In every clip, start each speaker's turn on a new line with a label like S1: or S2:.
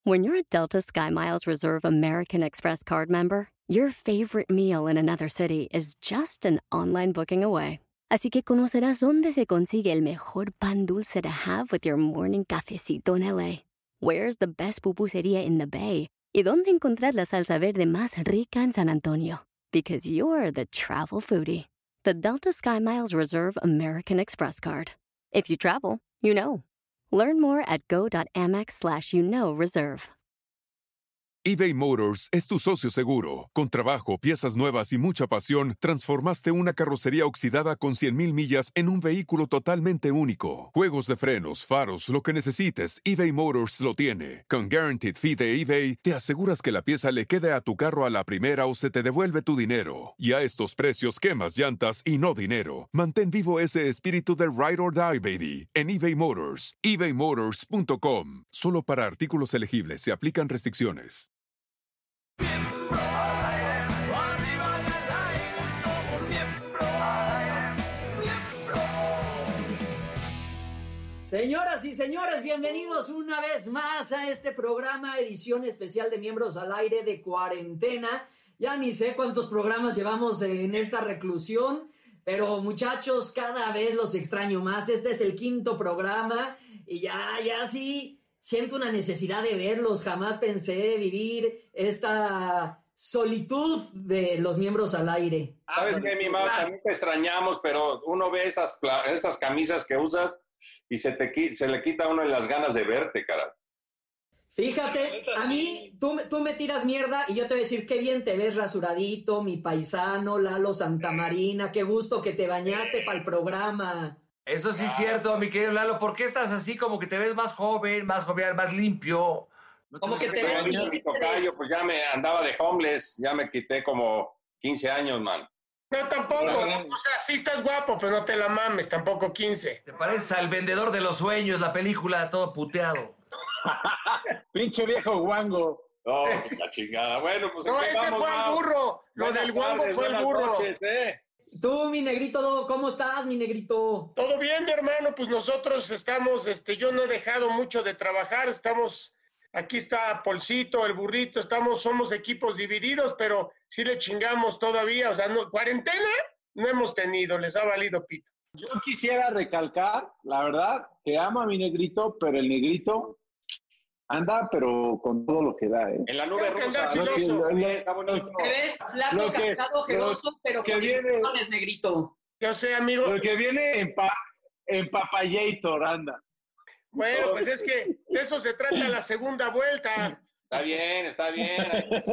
S1: When you're a Delta SkyMiles Reserve American Express card member, your favorite meal in another city is just an online booking away. Así que conocerás dónde se consigue el mejor pan dulce to have with your morning cafecito en LA. Where's the best pupusería in the Bay? Y dónde encontrar la salsa verde más rica en San Antonio. Because you're the travel foodie. The Delta SkyMiles Reserve American Express card. If you travel, you know. Learn more at go.amex/reserve.
S2: eBay Motors es tu socio seguro. Con trabajo, piezas nuevas y mucha pasión, transformaste una carrocería oxidada con 100,000 millas en un vehículo totalmente único. Juegos de frenos, faros, lo que necesites, eBay Motors lo tiene. Con Guaranteed Fee de eBay, te aseguras que la pieza le quede a tu carro a la primera o se te devuelve tu dinero. Y a estos precios, quemas llantas y no dinero. Mantén vivo ese espíritu de Ride or Die, baby, en eBay Motors. ebaymotors.com. Solo para artículos elegibles se aplican restricciones.
S3: Señoras y señores, bienvenidos una vez más a este programa, edición especial de Miembros al Aire de cuarentena. Ya ni sé cuántos programas llevamos en esta reclusión, pero muchachos, cada vez los extraño más. Este es el 5º programa y ya sí siento una necesidad de verlos. Jamás pensé vivir esta solitud de los Miembros al Aire.
S4: ¿Sabes qué, mi Mau? También te extrañamos, pero uno ve esas camisas que usas y se le quita a uno las ganas de verte, cara.
S3: Fíjate, a mí, tú me tiras mierda y yo te voy a decir qué bien te ves rasuradito, mi paisano, Lalo Santamarina, qué gusto que te bañaste para el programa.
S5: Eso sí es cierto, mi querido Lalo. ¿Por qué estás así como que te ves más joven, más jovial, más limpio?
S3: Como que te ves
S4: mi tocayo, pues ya me andaba de homeless, ya me quité como 15 años, man.
S6: No, tampoco, o sea, sí estás guapo, pero no te la mames, tampoco 15.
S5: Te pareces al vendedor de los sueños, la película, todo puteado.
S7: Pinche viejo guango.
S4: No, la chingada. Bueno, pues
S6: no, ese fue el burro. Lo del guango fue el burro.
S4: Noches,
S3: Tú, mi negrito, ¿cómo estás, mi negrito?
S6: Todo bien, mi hermano, pues nosotros estamos, yo no he dejado mucho de trabajar, estamos, aquí está Polcito, el burrito, somos equipos divididos, pero sí le chingamos todavía, o sea, cuarentena no hemos tenido, les ha valido pito.
S7: Yo quisiera recalcar, la verdad, que amo a mi negrito, pero el negrito anda, pero con todo lo que da, ¿eh?
S4: En la nube rusa.
S3: Está bonito. Te ves flaco, cansado, ojeroso, pero
S7: que
S3: con
S7: viene,
S3: es negrito.
S6: Yo sé, amigo.
S7: Lo que viene en Papayator, anda.
S6: Bueno, pues es que de eso se trata la segunda vuelta.
S4: Está bien.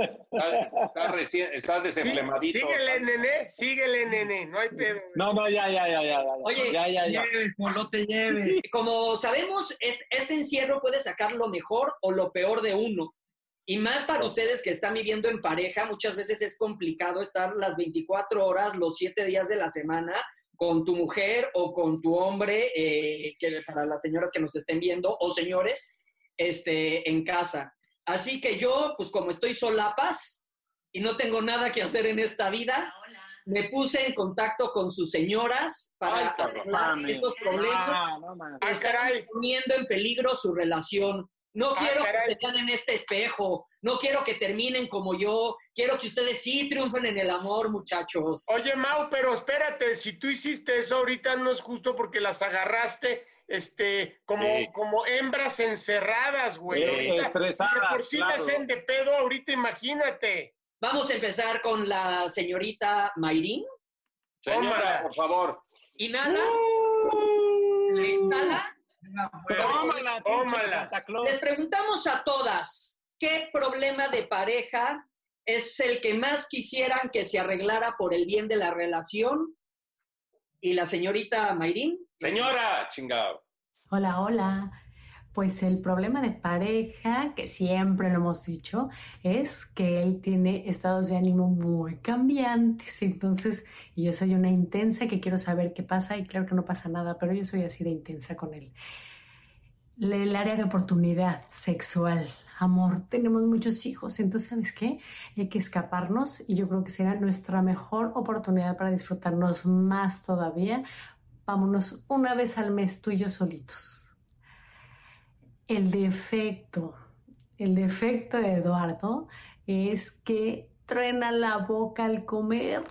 S4: Está desemplemadito.
S6: Síguele, nene, no hay pedo.
S7: No, ya.
S3: Oye,
S7: ya.
S5: No te lleves.
S3: Como sabemos, este encierro puede sacar lo mejor o lo peor de uno. Y más para ustedes que están viviendo en pareja, muchas veces es complicado estar las 24 horas, los 7 días de la semana con tu mujer o con tu hombre, que para las señoras que nos estén viendo, o señores, en casa. Así que yo, pues como estoy solapas y no tengo nada que hacer en esta vida, me puse en contacto con sus señoras para arreglar estos problemas que están poniendo en peligro su relación. No quiero que se vean en este espejo, no quiero que terminen como yo, quiero que ustedes sí triunfen en el amor, muchachos.
S6: Oye, Mau, pero espérate, si tú hiciste eso ahorita no es justo porque las agarraste como hembras encerradas, güey.
S7: Estresadas,
S6: por si me hacen de pedo ahorita, imagínate.
S3: Vamos a empezar con la señorita Mayrín.
S4: Señora, por favor.
S3: Inhala. Exhala.
S6: Tómala.
S3: Les preguntamos a todas, ¿qué problema de pareja es el que más quisieran que se arreglara por el bien de la relación? Y la señorita Mayrín.
S4: Señora, chingado.
S8: Hola. Pues el problema de pareja, que siempre lo hemos dicho, es que él tiene estados de ánimo muy cambiantes. Entonces, yo soy una intensa que quiero saber qué pasa y claro que no pasa nada, pero yo soy así de intensa con él. El área de oportunidad sexual, amor, tenemos muchos hijos, entonces, ¿sabes qué? Hay que escaparnos y yo creo que será nuestra mejor oportunidad para disfrutarnos más todavía. Vámonos una vez al mes tú y yo solitos. El defecto, El defecto de Eduardo es que truena la boca al comer.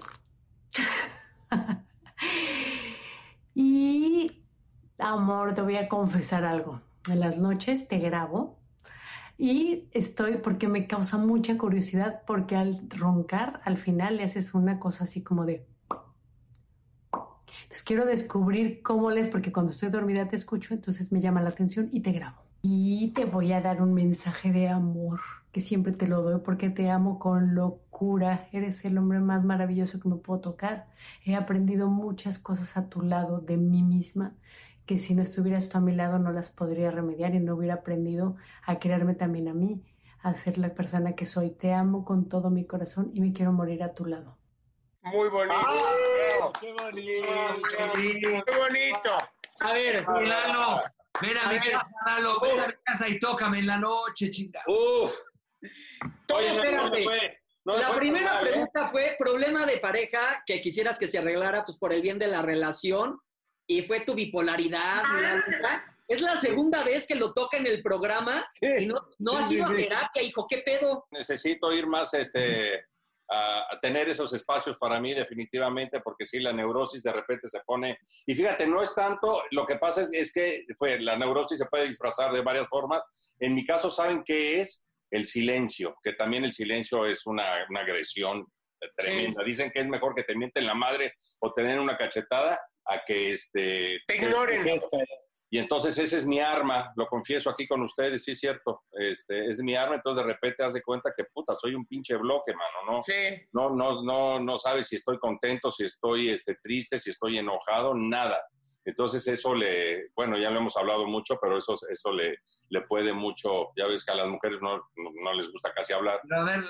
S8: Y, amor, te voy a confesar algo. En las noches te grabo y porque me causa mucha curiosidad, porque al roncar, al final le haces una cosa así como de... Entonces quiero descubrir cómo lees, porque cuando estoy dormida te escucho, entonces me llama la atención y te grabo. Y te voy a dar un mensaje de amor, que siempre te lo doy porque te amo con locura. Eres el hombre más maravilloso que me puedo tocar. He aprendido muchas cosas a tu lado de mí misma, que si no estuvieras tú a mi lado no las podría remediar y no hubiera aprendido a quererme también a mí, a ser la persona que soy. Te amo con todo mi corazón y me quiero morir a tu lado.
S6: Muy bonito.
S7: ¡Qué bonito!
S6: ¡Qué bonito!
S3: A ver,
S5: Lalo, ven a mi casa, Lalo, ven a mi casa y tócame en la noche, chinga.
S4: Uf. Oye,
S3: espérate. La primera pregunta fue problema de pareja que quisieras que se arreglara pues por el bien de la relación y fue tu bipolaridad. Es la segunda vez que lo toca en el programa y no has ido a terapia, hijo, ¿qué pedo?
S4: Necesito ir más a tener esos espacios para mí definitivamente, porque sí, la neurosis de repente se pone... Y fíjate, no es tanto, lo que pasa es que la neurosis se puede disfrazar de varias formas. En mi caso, ¿saben qué es? El silencio, que también el silencio es una agresión tremenda. Sí. Dicen que es mejor que te mienten la madre o te den una cachetada a que
S6: te ignoren.
S4: Y entonces ese es mi arma, lo confieso aquí con ustedes, sí es cierto, es mi arma. Entonces de repente haz de cuenta que puta, soy un pinche bloque, mano, ¿no? Sí. No sabes si estoy contento, si estoy triste, si estoy enojado, nada. Entonces eso bueno, ya lo hemos hablado mucho, pero eso le puede mucho, ya ves que a las mujeres no les gusta casi hablar.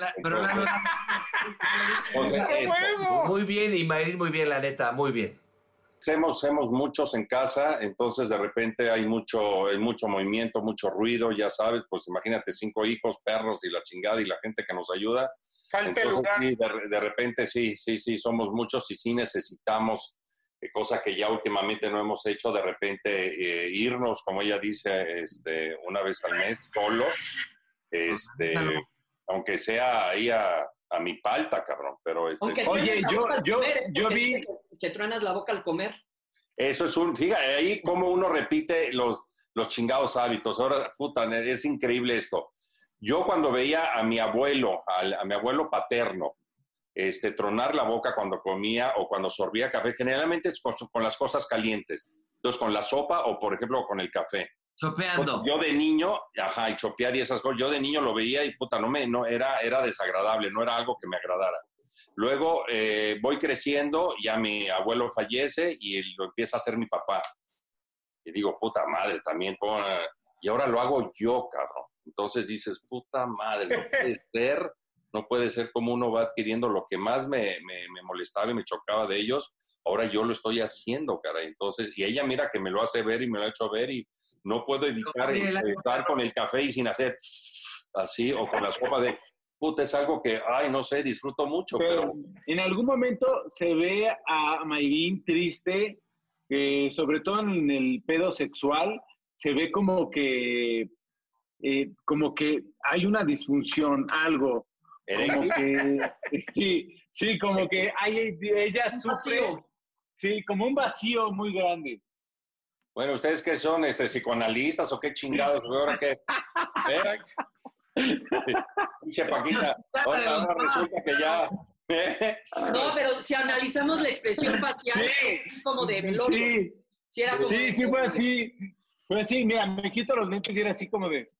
S5: Muy bien, y Mayrin, muy bien, la neta, muy bien.
S4: Somos muchos en casa, entonces de repente hay mucho movimiento, mucho ruido, ya sabes, pues imagínate 5 hijos, perros y la chingada y la gente que nos ayuda.
S6: Falta
S4: entonces,
S6: lugar.
S4: Sí, de repente sí, somos muchos y sí necesitamos, cosa que ya últimamente no hemos hecho, de repente irnos, como ella dice, una vez al mes, solo, aunque sea ahí a mi palta, cabrón, pero
S3: Oye, yo vi que truenas la boca al comer.
S4: Eso es fíjate, ahí como uno repite los chingados hábitos. Ahora, puta, es increíble esto. Yo cuando veía a mi abuelo, a mi abuelo paterno, tronar la boca cuando comía o cuando sorbía café, generalmente es con las cosas calientes. Entonces, con la sopa o, por ejemplo, con el café.
S5: Chopeando.
S4: Yo de niño, y chopear y esas cosas, yo de niño lo veía y puta, era desagradable, no era algo que me agradara. Luego voy creciendo, ya mi abuelo fallece y lo empieza a hacer mi papá. Y digo, puta madre, también, y ahora lo hago yo, cabrón. Entonces dices, puta madre, no puede ser como uno va adquiriendo lo que más me molestaba y me chocaba de ellos, ahora yo lo estoy haciendo, caray. Entonces, y ella mira que me lo hace ver y me lo ha hecho ver y no puedo evitar estar con el café y sin hacer así, o con la sopa de... Puta, es algo que, no sé, disfruto mucho, pero...
S7: En algún momento se ve a Mayrin triste, sobre todo en el pedo sexual, se ve como que hay una disfunción, algo. Como que, sí, como que ella sufre, sí, como un vacío muy grande.
S4: Bueno, ¿ustedes qué son, psicoanalistas o qué chingados? ¿Ahora qué? Pinche Paquita, ahora resulta que ya...
S3: No, pero si analizamos la expresión facial, es como de velorio.
S7: Sí, fue así. Fue así, mira, me quito los lentes y era así como de...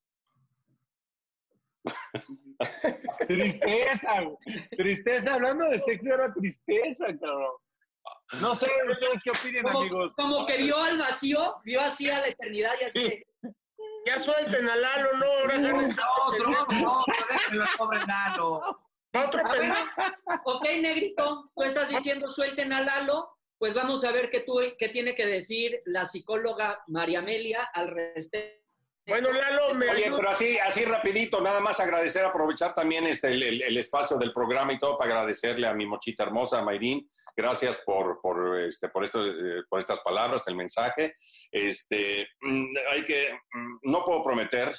S7: Tristeza, hablando de sexo era tristeza, cabrón. No sé, ¿ustedes qué opinan, amigos?
S3: Como que vio al vacío, vio así a la eternidad y así.
S6: Sí. Ya suelten a Lalo, no, ahora
S5: no, déjenlo al pobre Lalo.
S3: Ok, Negrito, tú estás diciendo suelten a Lalo, pues vamos a ver qué tiene que decir la psicóloga María Amelia al respecto.
S6: Bueno, Lalo,
S4: Oye, pero así rapidito, nada más aprovechar también el espacio del programa y todo para agradecerle a mi mochita hermosa, a Mayrin. Gracias por estas palabras, el mensaje. No puedo prometer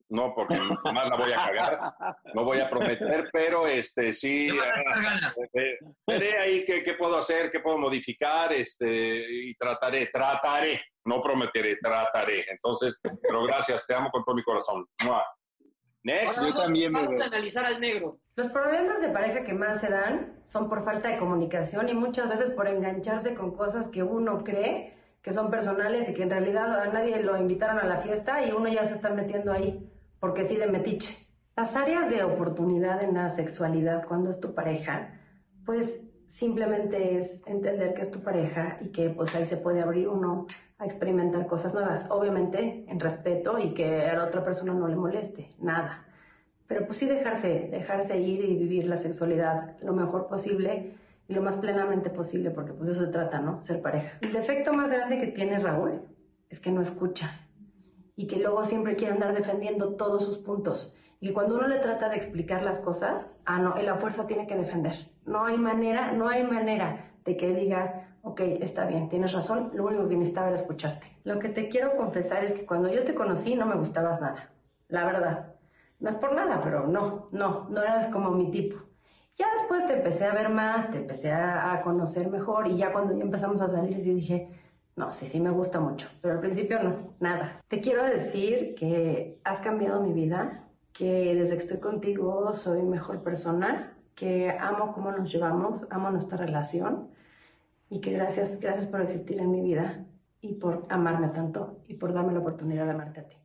S4: No, porque jamás la voy a cagar. No voy a prometer, pero sí. Veré ahí qué puedo hacer, qué puedo modificar, y trataré. No prometeré, trataré. Entonces, pero gracias, te amo con todo mi corazón. ¡Mua! Next.
S3: Ahora
S7: Yo también
S3: vamos a analizar al negro.
S9: Los problemas de pareja que más se dan son por falta de comunicación y muchas veces por engancharse con cosas que uno cree que son personales y que en realidad a nadie lo invitaron a la fiesta y uno ya se está metiendo ahí, porque sí de metiche. Las áreas de oportunidad en la sexualidad cuando es tu pareja, pues simplemente es entender que es tu pareja y que pues ahí se puede abrir uno a experimentar cosas nuevas, obviamente en respeto y que a la otra persona no le moleste, nada. Pero pues sí dejarse ir y vivir la sexualidad lo mejor posible y lo más plenamente posible, porque pues eso se trata, ¿no? Ser pareja. El defecto más grande que tiene Raúl es que no escucha y que luego siempre quiere andar defendiendo todos sus puntos. Y cuando uno le trata de explicar las cosas, no, él a fuerza tiene que defender. No hay manera de que diga, ok, está bien, tienes razón, lo único que necesitaba era escucharte. Lo que te quiero confesar es que cuando yo te conocí no me gustabas nada, la verdad. No es por nada, pero no eras como mi tipo. Ya después te empecé a ver más, te empecé a conocer mejor y ya cuando ya empezamos a salir sí dije, no, sí me gusta mucho, pero al principio no, nada. Te quiero decir que has cambiado mi vida, que desde que estoy contigo soy mejor persona, que amo cómo nos llevamos, amo nuestra relación y que gracias por existir en mi vida y por amarme tanto y por darme la oportunidad de amarte a ti.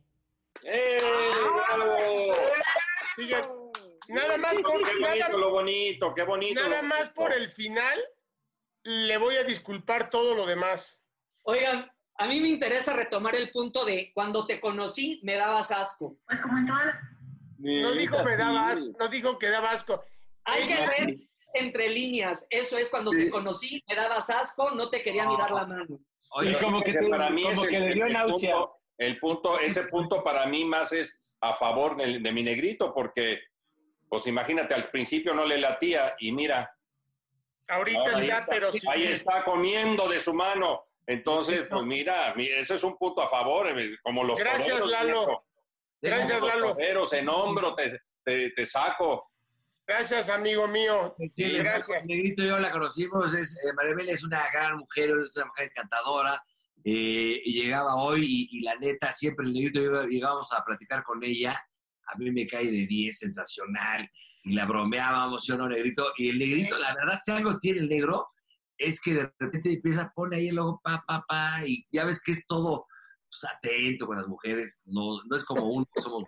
S6: Nada más por
S4: qué bonito.
S6: Nada más por el final le voy a disculpar todo lo demás.
S3: Oigan, a mí me interesa retomar el punto de cuando te conocí me dabas asco.
S9: Pues como en toda
S6: No dijo que daba asco.
S3: Hay que ver entre líneas. Eso es cuando te conocí, me dabas asco, no te quería ni dar la mano.
S7: Oye, como que
S4: para mí
S7: como que le dio náusea.
S4: Ese punto para mí más es a favor de mi negrito, porque, pues imagínate, al principio no le latía y mira.
S6: Ahorita ya, pero sí.
S4: Ahí está comiendo de su mano. Entonces, pues mira, ese es un punto a favor, como los
S6: Gracias,
S4: toreros,
S6: Lalo. Gracias, Lalo.
S4: Los toreros, en hombro te saco.
S6: Gracias, amigo mío.
S5: Sí,
S6: gracias.
S5: Negrito y yo la conocimos, María Amelia es una gran mujer, es una mujer encantadora, y llegaba hoy y la neta, siempre el Negrito y yo llegábamos a platicar con ella, a mí me cae de 10, sensacional, y la bromeábamos, ¿sí o no, Negrito? Y el Negrito, la verdad, si algo tiene el negro, es que de repente empieza a poner ahí el logo, y ya ves que es todo pues, atento con las mujeres, no es como uno que somos...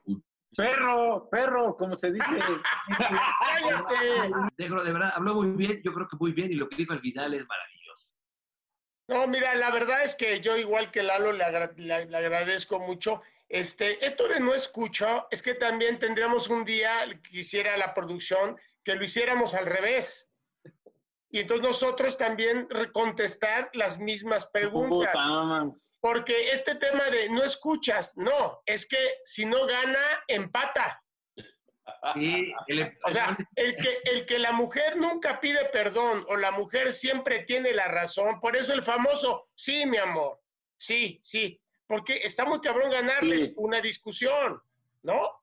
S7: Perro, como se dice.
S6: ¡Cállate!
S5: Negro, de verdad, habló muy bien, yo creo que muy bien, y lo que dijo al final es maravilloso.
S6: No, mira, la verdad es que yo, igual que Lalo, le agradezco mucho. Esto de no escucho, es que también tendríamos un día, quisiera la producción, que lo hiciéramos al revés. Y entonces nosotros también contestar las mismas preguntas. Porque este tema de no escuchas, no, es que si no gana, empata.
S5: Sí,
S6: o sea, el que la mujer nunca pide perdón o la mujer siempre tiene la razón, por eso el famoso, sí, mi amor, sí, porque está muy cabrón ganarles una discusión, ¿no?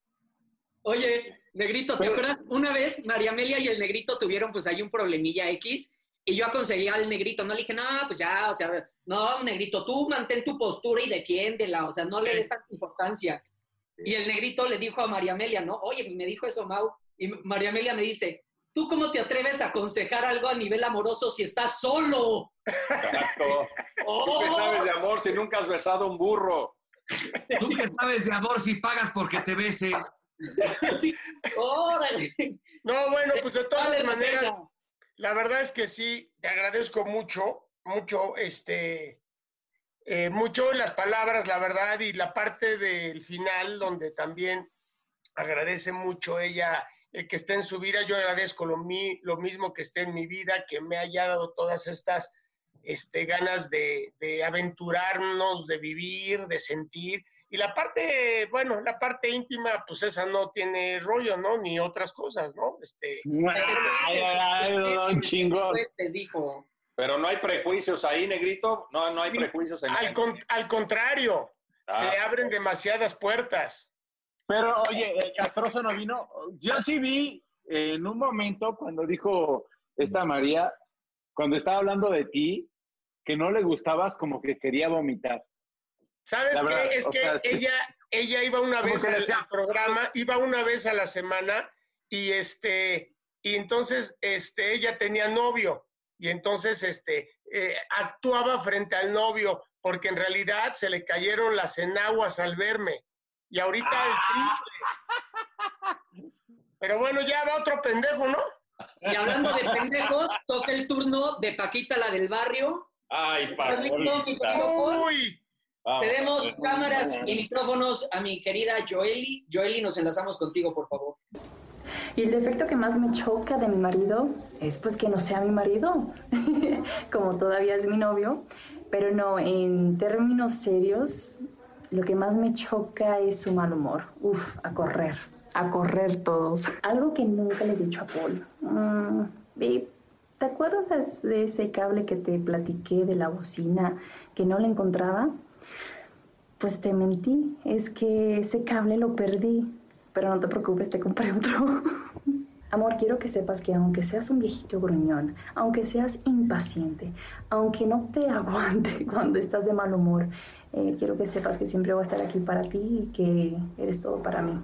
S3: Oye, Negrito, ¿te acuerdas? Una vez María Amelia y el Negrito tuvieron pues ahí un problemilla X y yo aconsejé al Negrito, no le dije, no, pues ya, o sea, no, Negrito, tú mantén tu postura y defiéndela, o sea, no le des tanta importancia. Y el Negrito le dijo a María Amelia, ¿no? Oye, pues me dijo eso, Mau. Y María Amelia me dice, ¿tú cómo te atreves a aconsejar algo a nivel amoroso si estás solo?
S4: Exacto. ¿Tú qué sabes de amor si nunca has besado un burro?
S5: ¿Tú qué sabes de amor si pagas porque te bese?
S3: ¡Órale!
S6: No, bueno, pues de todas maneras, la verdad es que sí, te agradezco mucho las palabras, la verdad, y la parte del final, donde también agradece mucho ella el que esté en su vida. Yo agradezco lo mismo que esté en mi vida, que me haya dado todas estas ganas de aventurarnos, de vivir, de sentir. Y la parte íntima, pues esa no tiene rollo, ¿no? Ni otras cosas, ¿no?
S7: Un chingón.
S3: Les dijo.
S4: Pero no hay prejuicios ahí, Negrito. No hay prejuicios en
S6: al contrario, se abren demasiadas puertas.
S7: Pero, oye, el castroso no vino. Yo sí vi en un momento cuando dijo esta María, cuando estaba hablando de ti, que no le gustabas, como que quería vomitar.
S6: ¿Sabes
S7: La verdad,
S6: qué? Es
S7: o
S6: que
S7: sea, sí.
S6: ella iba una
S7: Como
S6: vez
S7: que le
S6: al
S7: decía-
S6: programa, iba una vez a la semana y entonces ella tenía novio y entonces actuaba frente al novio porque en realidad se le cayeron las enaguas al verme y ahorita el triple. Pero bueno, ya va otro pendejo, ¿no?
S3: Y hablando de pendejos, toca el turno de Paquita, la del barrio.
S4: Ay,
S3: ¿Estás listo, mi
S4: Paquita.
S3: querido Paul?
S6: Uy,
S3: Tenemos cámaras y micrófonos a mi querida Joely. Joely, nos enlazamos contigo, por favor.
S10: Y el defecto que más me choca de mi marido es pues que no sea mi marido, como todavía es mi novio, pero no, en términos serios, lo que más me choca es su mal humor. Uf, a correr todos. Algo que nunca le he dicho a Paul. Babe, ¿te acuerdas de ese cable que te platiqué de la bocina que no le encontraba? Pues te mentí, es que ese cable lo perdí. Pero no te preocupes, te compré otro. Amor, quiero que sepas que aunque seas un viejito gruñón, aunque seas impaciente, aunque no te aguante cuando estás de mal humor, quiero que sepas que siempre voy a estar aquí para ti y que eres todo para mí.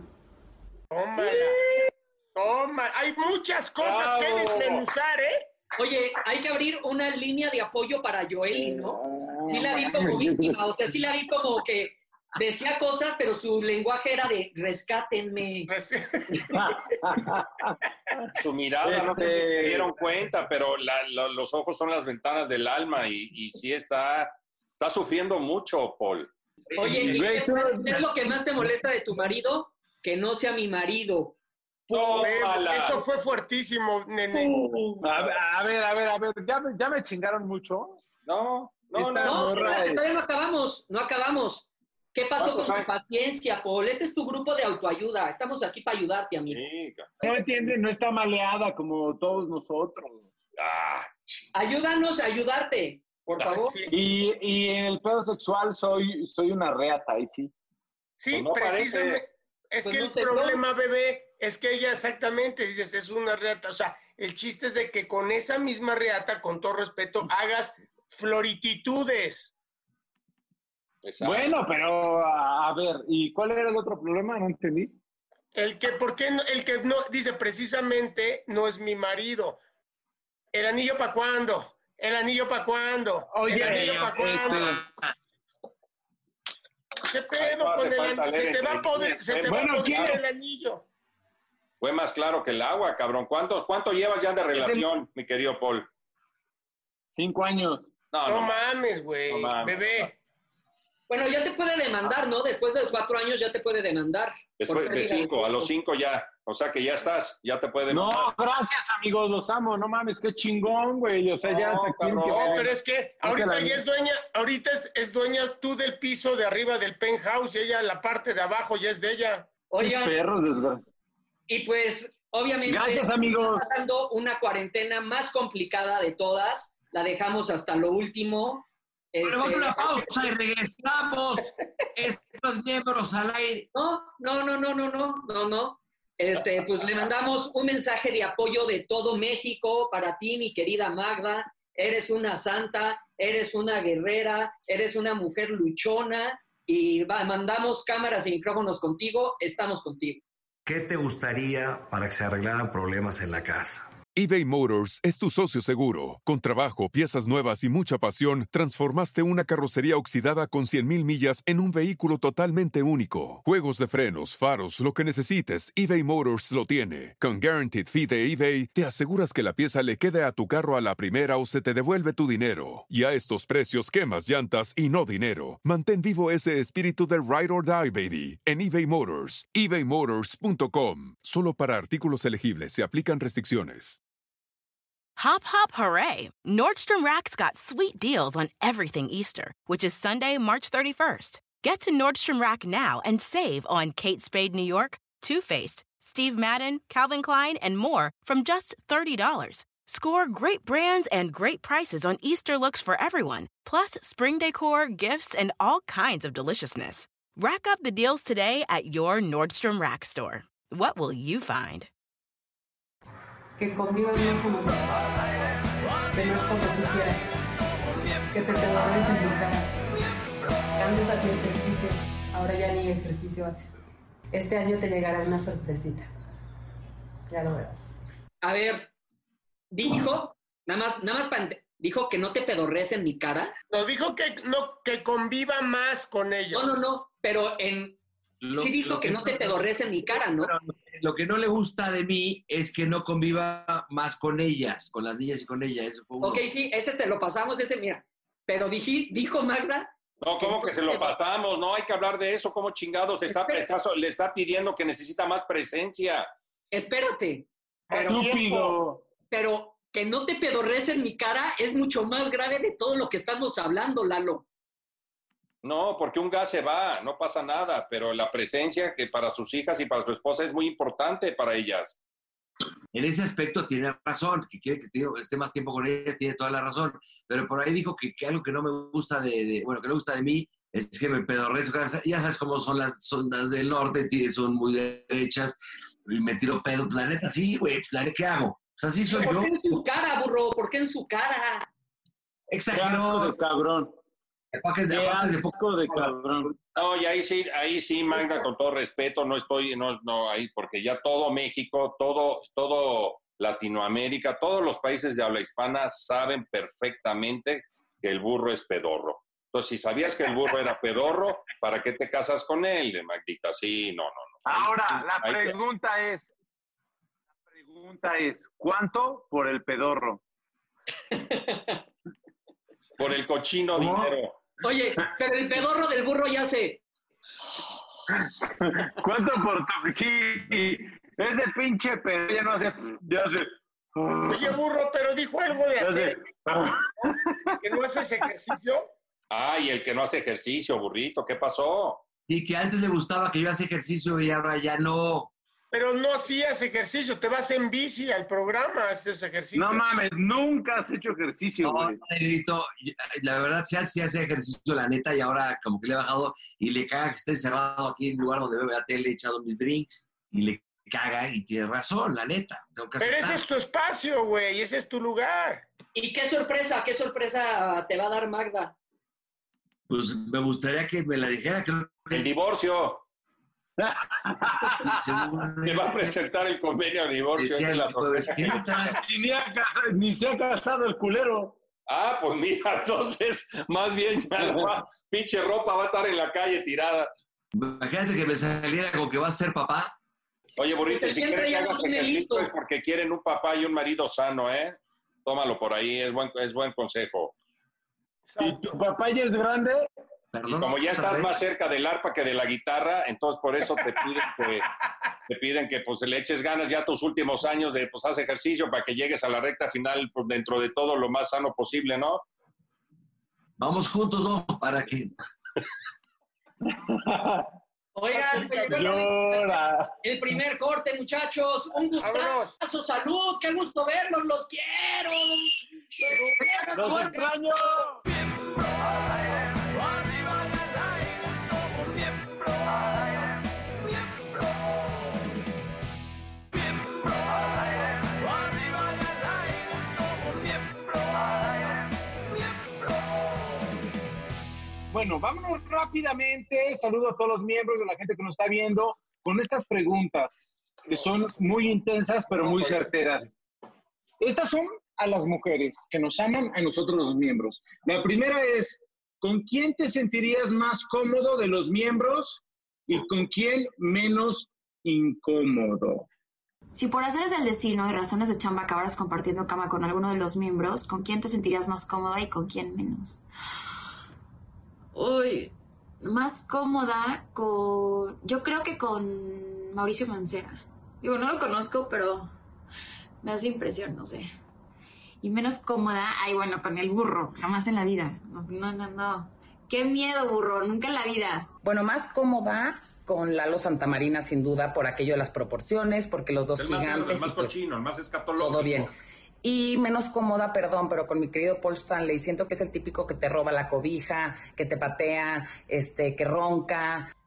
S6: Toma, hay muchas cosas que desmenuzar, ¿eh?
S3: Oye, hay que abrir una línea de apoyo para Joely, ¿no? Sí la vi como víctima, o sea, sí la vi como que decía cosas, pero su lenguaje era de rescátenme.
S4: Su mirada, no sé si se dieron cuenta, pero los ojos son las ventanas del alma y sí está sufriendo mucho, Paul.
S3: Oye, ¿y qué es lo que más te molesta de tu marido? Que no sea mi marido.
S6: Eso fue fuertísimo, nene.
S7: A ver, ¿ya me chingaron mucho?
S4: No,
S3: todavía no acabamos. ¿Qué pasó con tu paciencia, Paul? Este es tu grupo de autoayuda. Estamos aquí para ayudarte, amigo.
S7: No entiende, no está maleada como todos nosotros.
S3: Ayúdanos a ayudarte, por favor.
S6: Sí.
S7: Y en el pedo sexual soy una reata, ahí sí.
S6: Sí,
S4: Pues no
S6: precisamente.
S4: parece.
S6: Es
S3: Pues
S6: que
S3: no
S6: el
S3: te
S6: problema, bebé, es que ella exactamente, dices, es una reata. O sea, el chiste es de que con esa misma reata, con todo respeto, hagas florititudes.
S4: Exacto.
S7: Bueno, pero a ver, ¿y cuál era el otro problema? No entendí.
S6: El que no, dice precisamente, no es mi marido. ¿El anillo para cuándo? ¿El anillo para cuándo?
S7: Oye,
S6: ¿el anillo para cuándo? ¿Qué pedo con el anillo? Se te va a podrir el anillo.
S4: Fue más claro que el agua, cabrón. ¿Cuánto llevas ya de relación, mi querido Paul?
S7: 5 años.
S6: No mames, güey, bebé.
S3: Bueno, ya te puede demandar, ¿no? Después de 4 años ya te puede demandar.
S4: Después de 5, a los 5 ya. O sea que ya estás, ya te puede demandar.
S7: No, gracias, amigos, los amo. No mames, qué chingón, güey. O sea, ya se
S6: No, pero es que ahorita ya es dueña, ahorita es dueña tú del piso de arriba del penthouse y ella la parte de abajo ya es de ella.
S3: Oigan,
S7: perros, desgraciados.
S3: y pues, obviamente,
S7: Gracias, amigos.
S3: está pasando una cuarentena más complicada de todas. La dejamos hasta lo último.
S5: Ponemos una pausa y regresamos. Estos miembros al aire.
S3: No. Pues le mandamos un mensaje de apoyo de todo México para ti, mi querida Magda. Eres una santa, eres una guerrera, eres una mujer luchona y mandamos cámaras y micrófonos contigo. Estamos contigo.
S11: ¿Qué te gustaría para que se arreglaran problemas en la casa?
S2: eBay Motors es tu socio seguro. Con trabajo, piezas nuevas y mucha pasión, transformaste una carrocería oxidada con 100,000 millas en un vehículo totalmente único. Juegos de frenos, faros, lo que necesites, eBay Motors lo tiene. Con Guaranteed Fee de eBay, te aseguras que la pieza le quede a tu carro a la primera o se te devuelve tu dinero. Y a estos precios, quemas llantas y no dinero. Mantén vivo ese espíritu de Ride or Die, baby, en eBay Motors. ebaymotors.com. Solo para artículos elegibles se aplican restricciones.
S12: Hop, hop, hooray! Nordstrom Rack's got sweet deals on everything Easter, which is Sunday, March 31st. Get to Nordstrom Rack now and save on Kate Spade New York, Too Faced, Steve Madden, Calvin Klein, and more from just $30. Score great brands and great prices on Easter looks for everyone, plus spring decor, gifts, and all kinds of deliciousness. Rack up the deals today at your Nordstrom Rack store. What will you find?
S8: Que convivas más con nosotros, que no es como tú quieras, que te pedorres en mi cara, que andes haciendo ejercicio, ahora ya ni ejercicio hace. Este año te llegará una sorpresita, ya lo verás.
S3: A ver, dijo, nada más dijo que no te pedorres en mi cara.
S6: No, dijo que conviva más con ellos.
S3: No, pero sí dijo que no te pedorres en mi cara, ¿no?
S5: Pero lo que no le gusta de mí es que no conviva más con ellas, con las niñas y con ella. Eso fue uno.
S3: Ok, sí, ese te lo pasamos, mira. Pero dijo Magda.
S4: No, ¿cómo que se lo pasamos? No hay que hablar de eso. ¿Cómo chingados le está pidiendo que necesita más presencia?
S3: Espérate.
S7: Estúpido.
S3: Pero que no te pedorres en mi cara es mucho más grave de todo lo que estamos hablando, Lalo.
S4: No, porque un gas se va, no pasa nada, pero la presencia que para sus hijas y para su esposa es muy importante para ellas.
S5: En ese aspecto tiene razón, que quiere que esté más tiempo con ella, tiene toda la razón, pero por ahí dijo que algo que no me gusta que no me gusta de mí es que me pedorré. Ya sabes cómo son las del norte, son muy derechas, y me tiro pedo. La neta, sí, güey, la neta, ¿qué hago? O sea, sí soy yo.
S3: ¿Por qué en su cara, burro? ¿Por qué en su cara?
S5: Exageró.
S7: Cabrón.
S5: De poco
S7: de cabrón.
S4: No, y ahí sí, Magda, con todo respeto, no ahí, porque ya todo México, todo Latinoamérica, todos los países de habla hispana saben perfectamente que el burro es pedorro. Entonces, si sabías que el burro era pedorro, ¿para qué te casas con él, Magdita? Sí, no.
S7: Ahora, la pregunta es, ¿cuánto por el pedorro?
S4: Por el cochino dinero.
S3: Oye, pero el pedorro del burro ya se...
S7: ¿Cuánto por tu...? Sí, ese pinche pedo ya no hace...
S6: Oye, burro, pero dijo algo de hacer... ¿Que no haces ejercicio?
S4: Ay, el que no hace ejercicio, burrito, ¿qué pasó?
S5: Y que antes le gustaba que yo hacía ejercicio y ahora ya no.
S6: Pero no hacías ejercicio, te vas en bici al programa, haces ejercicio.
S7: No mames, nunca has hecho ejercicio, güey.
S5: No, Negrito, la verdad sí hace ejercicio, la neta, y ahora como que le he bajado y le caga que esté encerrado aquí en un lugar donde veo la tele, he echado mis drinks y le caga y tiene razón, la neta.
S6: Pero ese es tu espacio, güey, ese es tu lugar.
S3: ¿Y qué sorpresa te va a dar Magda?
S5: Pues me gustaría que me la dijera.
S4: El divorcio. Te va a presentar el convenio de divorcio.
S7: Ni se ha casado el culero.
S4: Ah, pues mira, entonces, más bien, pinche ropa va a estar en la calle tirada.
S5: Imagínate que me saliera con que va a ser papá.
S4: Oye, burrito, si quieres que hagas ejercicio es porque quieren un papá y un marido sano, ¿eh? Tómalo por ahí, es buen consejo.
S7: ¿Y tu papá ya es grande?
S4: Y como ya estás más cerca del arpa que de la guitarra, entonces por eso te piden que pues le eches ganas ya tus últimos años de pues haz ejercicio para que llegues a la recta final pues, dentro de todo lo más sano posible, ¿no?
S5: Vamos juntos, ¿no? Para que...
S3: Oigan, el primer corte, muchachos. Un gustazo, salud, qué gusto verlos, los quiero.
S7: ¡Los extraño! Bueno, vámonos rápidamente. Saludo a todos los miembros, de la gente que nos está viendo, con estas preguntas que son muy intensas, pero muy certeras. Estas son a las mujeres que nos aman, a nosotros los miembros. La primera es, ¿con quién te sentirías más cómodo de los miembros y con quién menos incómodo?
S13: Si por haceres el destino y razones de chamba acabaras compartiendo cama con alguno de los miembros, ¿con quién te sentirías más cómoda y con quién menos? Uy, más cómoda yo creo que con Mauricio Mancera. Digo, no lo conozco, pero me hace impresión, no sé. Y menos cómoda, bueno, con el burro, jamás en la vida. No. Qué miedo, burro, nunca en la vida.
S14: Bueno, más cómoda con Lalo Santamarina, sin duda, por aquello de las proporciones, porque los dos gigantes...
S4: El más cochino, el más escatológico.
S14: Todo bien. Y menos cómoda, perdón, pero con mi querido Paul Stanley. Siento que es el típico que te roba la cobija, que te patea, que ronca.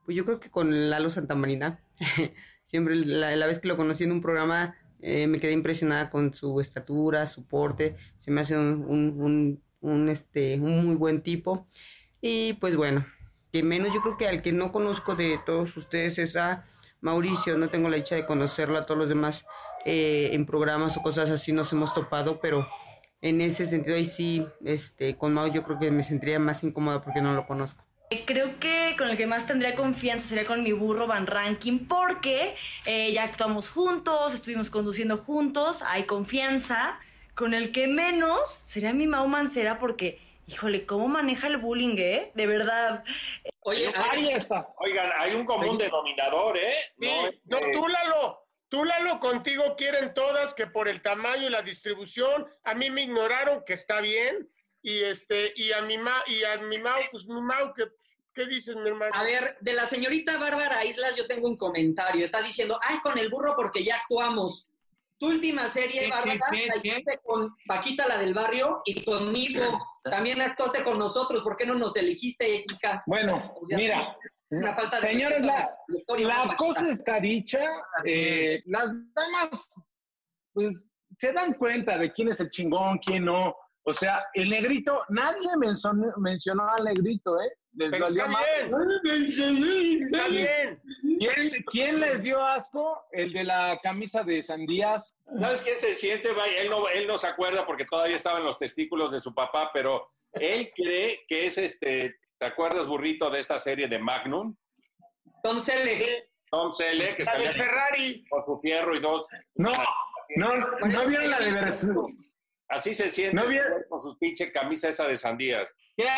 S15: Pues yo creo que con Lalo Santamarina. Siempre la vez que lo conocí en un programa me quedé impresionada con su estatura, su porte. Se me hace un muy buen tipo. Y pues bueno, que menos yo creo que al que no conozco de todos ustedes es a Mauricio. No tengo la dicha de conocerlo. A todos los demás en programas o cosas así nos hemos topado, pero en ese sentido ahí sí, con Mau yo creo que me sentiría más incómoda porque no lo conozco.
S16: Creo que con el que más tendría confianza sería con mi burro Van Ranking, porque ya actuamos juntos, estuvimos conduciendo juntos, hay confianza. Con el que menos sería mi Mau Mancera, porque, híjole, cómo maneja el bullying, de verdad.
S3: Oye,
S6: ahí está.
S4: Oigan, hay un común denominador,
S6: Sí, no, tú Lalo, contigo quieren todas, que por el tamaño y la distribución, a mí me ignoraron, que está bien. Y a mi Mau, pues mi Mau, ¿qué dices, mi hermano?
S3: A ver, de la señorita Bárbara Islas yo tengo un comentario. Está diciendo, ay, con el burro porque ya actuamos. Tu última serie, Bárbara, la hiciste con Paquita, la del barrio, y conmigo. También actuaste con nosotros. ¿Por qué no nos elegiste, hija?
S7: Bueno, mira, señores, la cosa está dicha. Las damas, pues, se dan cuenta de quién es el chingón, quién no. O sea, el negrito, nadie mencionó al negrito, ¿eh? Les
S6: pero
S7: valió
S6: está bien. Está bien.
S7: ¿Quién les dio asco? El de la camisa de sandías.
S4: ¿Sabes qué se siente? Él no se acuerda porque todavía estaba en los testículos de su papá, pero él cree que es ¿te acuerdas, burrito, de esta serie de Magnum?
S3: Tom Selleck.
S4: Tom Selleck, que
S6: está
S4: salía
S6: de Ferrari.
S4: Con su fierro y dos.
S7: No vieron la de Brasil.
S4: Así se siente con sus pinche camisa esa de sandías.
S7: ¿Qué?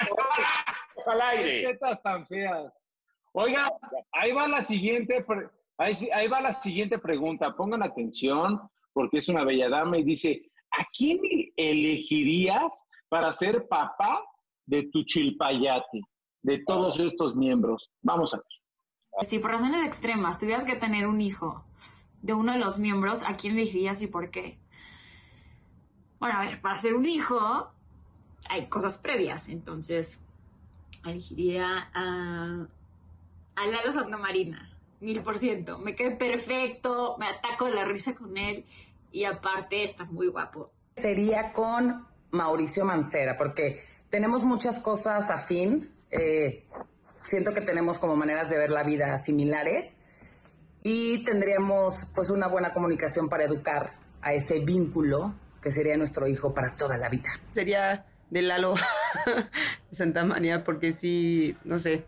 S4: Al aire.
S7: ¿Qué tetas tan feas? Oiga, ahí va la siguiente pregunta. Pongan atención, porque es una bella dama y dice, ¿a quién elegirías para ser papá de tu chilpayate? De todos estos miembros. Vamos a ver.
S13: Si por razones extremas tuvieras que tener un hijo de uno de los miembros, ¿a quién elegirías y por qué? Bueno, a ver, para ser un hijo hay cosas previas, entonces elegiría a Lalo Santamarina, 1000%. Me quedé perfecto, me ataco de la risa con él y aparte está muy guapo.
S14: Sería con Mauricio Mancera, porque tenemos muchas cosas afín. Siento que tenemos como maneras de ver la vida similares y tendríamos pues una buena comunicación para educar a ese vínculo que sería nuestro hijo para toda la vida.
S15: Sería de Lalo Santamarina porque sí, no sé,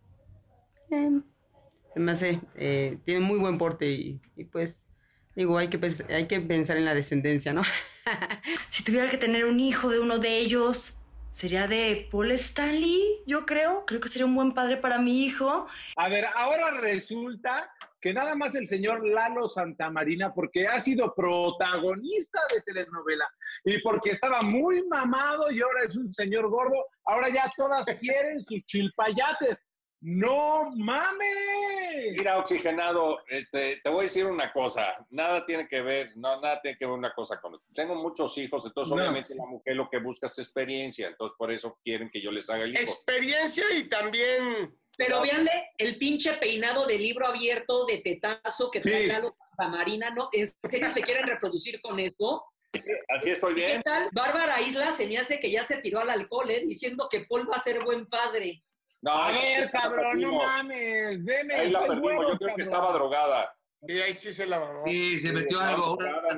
S15: se me hace, tiene muy buen porte y pues, digo, hay que pensar en la descendencia, ¿no?
S16: Si tuviera que tener un hijo de uno de ellos, sería de Paul Stanley, yo creo. Creo que sería un buen padre para mi hijo.
S7: A ver, ahora resulta que nada más el señor Lalo Santamarina, porque ha sido protagonista de telenovela y porque estaba muy mamado y ahora es un señor gordo, ahora ya todas quieren sus chilpayates. ¡No mames!
S4: Mira, Oxigenado, te voy a decir una cosa, nada tiene que ver una cosa con esto. Tengo muchos hijos, entonces obviamente la mujer lo que busca es experiencia, entonces por eso quieren que yo les haga el hijo.
S6: Experiencia y también...
S3: Pero véanle el pinche peinado de libro abierto de tetazo que trae Lalo Santamarina, ¿no? ¿En serio se quieren reproducir con eso?
S4: Así estoy bien.
S3: ¿Qué tal? Bárbara Isla se me hace que ya se tiró al alcohol, diciendo que Paul va a ser buen padre.
S4: No,
S7: a ver, cabrón, no mames. Veme,
S4: ahí la perdimos, bueno, yo creo que estaba drogada.
S6: Y ahí sí se la mamó.
S5: Sí, se metió algo.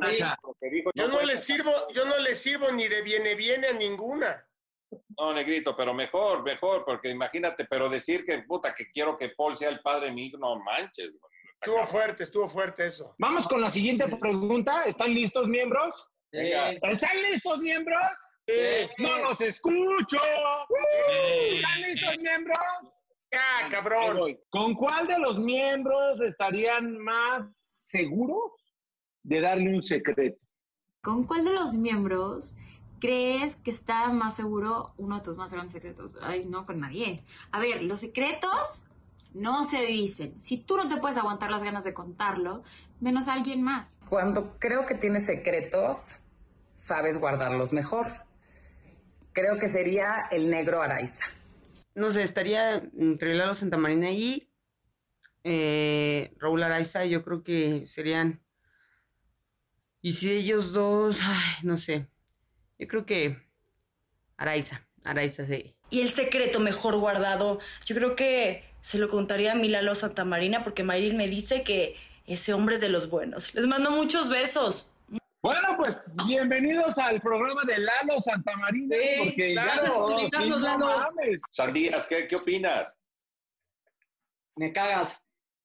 S6: Yo no le sirvo ni de viene a ninguna.
S4: No, negrito, pero mejor, porque imagínate, pero decir que, puta, que quiero que Paul sea el padre de mi hijo, no manches.
S6: Estuvo fuerte eso.
S7: Vamos con la siguiente pregunta. ¿Están listos, miembros?
S4: Venga.
S7: ¿Están listos, miembros? ¡No los escucho! ¿Están listos, miembros?
S6: ¡Ah, cabrón!
S7: ¿Con cuál de los miembros estarían más seguros de darle un secreto?
S13: ¿Con cuál de los miembros crees que está más seguro uno de tus más grandes secretos? Ay, no, con nadie. A ver, los secretos no se dicen. Si tú no te puedes aguantar las ganas de contarlo, menos a alguien más.
S14: Cuando creo que tienes secretos, sabes guardarlos mejor. Creo que sería el negro Araiza.
S15: No sé, estaría entre Lalo Santamarina y Raúl Araiza, yo creo que serían... Y si ellos dos, no sé, yo creo que Araiza sí.
S16: Y el secreto mejor guardado, yo creo que se lo contaría a mi Lalo Santamarina, porque Mayrin me dice que ese hombre es de los buenos. Les mando muchos besos.
S7: Bueno, pues bienvenidos al programa de Lalo Santamarina.
S3: Sí,
S7: porque
S3: gracias
S7: ya
S3: por invitarnos, Lalo.
S7: mames.
S4: Sandías, ¿qué opinas?
S3: Me cagas.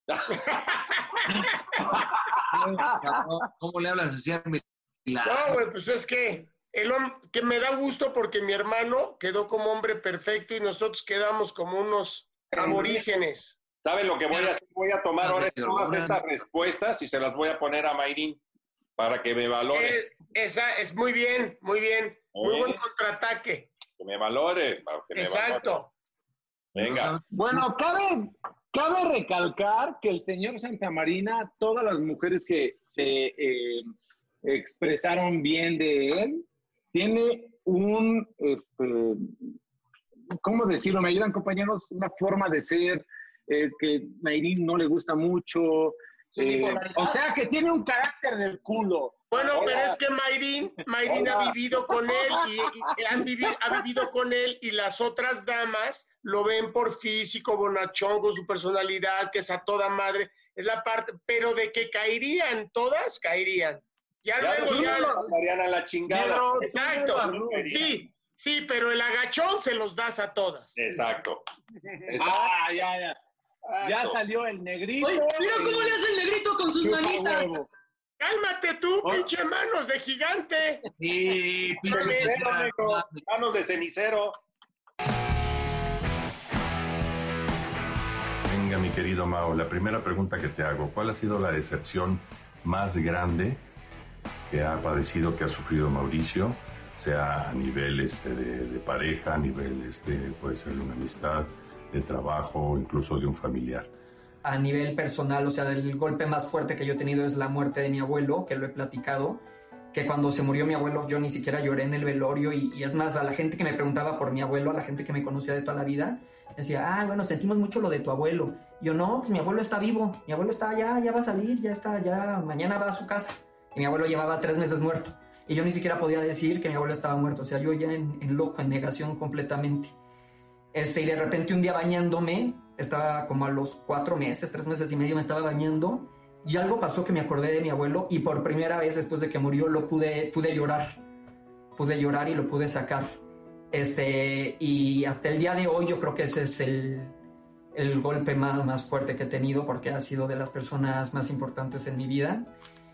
S5: ¿Cómo le hablas así a mi
S6: No, güey, pues es que que me da gusto porque mi hermano quedó como hombre perfecto y nosotros quedamos como unos aborígenes.
S4: ¿Saben lo que voy a hacer? Voy a tomar ahora todas estas respuestas y se las voy a poner a Mayrin para que me valore.
S6: Esa es muy bien, muy bien. Muy buen contraataque.
S4: Que me valore.
S6: Exacto.
S4: Venga.
S7: Bueno, cabe recalcar que el señor Santamarina, todas las mujeres que se expresaron bien de él, tiene ¿cómo decirlo? ¿Me ayudan, compañeros? Una forma de ser que Mayrin no le gusta mucho. O sea, que tiene un carácter del culo.
S6: Bueno, pero es que Mayrin ha vivido con él y ha vivido con él y las otras damas lo ven por físico, bonachón, con su personalidad, que es a toda madre. Es la parte, pero de que caerían, todas caerían. Ya luego ya
S4: Mariana la chingada.
S6: Exacto. Sí, pero el agachón se los das a todas.
S4: Exacto.
S7: Ya salió el negrito.
S3: Oye, mira cómo le hace el negrito con sus manitas.
S7: Huevo.
S6: Cálmate tú, pinche manos de gigante.
S5: Sí, pinche
S4: manos de cenicero.
S17: Venga, mi querido Mao, la primera pregunta que te hago, ¿cuál ha sido la decepción más grande que ha padecido, que ha sufrido Mauricio, sea a nivel de pareja, a nivel puede ser de una amistad, de trabajo, incluso de un familiar?
S3: A nivel personal, o sea, el golpe más fuerte que yo he tenido es la muerte de mi abuelo, que lo he platicado, que cuando se murió mi abuelo yo ni siquiera lloré en el velorio y es más, a la gente que me preguntaba por mi abuelo, a la gente que me conocía de toda la vida, decía, bueno, sentimos mucho lo de tu abuelo. Y yo, no, pues mi abuelo está vivo, mi abuelo está ya va a salir, ya mañana va a su casa. Y mi abuelo llevaba 3 meses muerto. Y yo ni siquiera podía decir que mi abuelo estaba muerto, o sea, yo ya en loco, en negación completamente. Y de repente un día bañándome, estaba como a los 4 meses, 3 meses y medio me estaba bañando y algo pasó que me acordé de mi abuelo y por primera vez después de que murió lo pude llorar. Pude llorar y lo pude sacar. Y hasta el día de hoy yo creo que ese es el golpe más fuerte que he tenido porque ha sido de las personas más importantes en mi vida.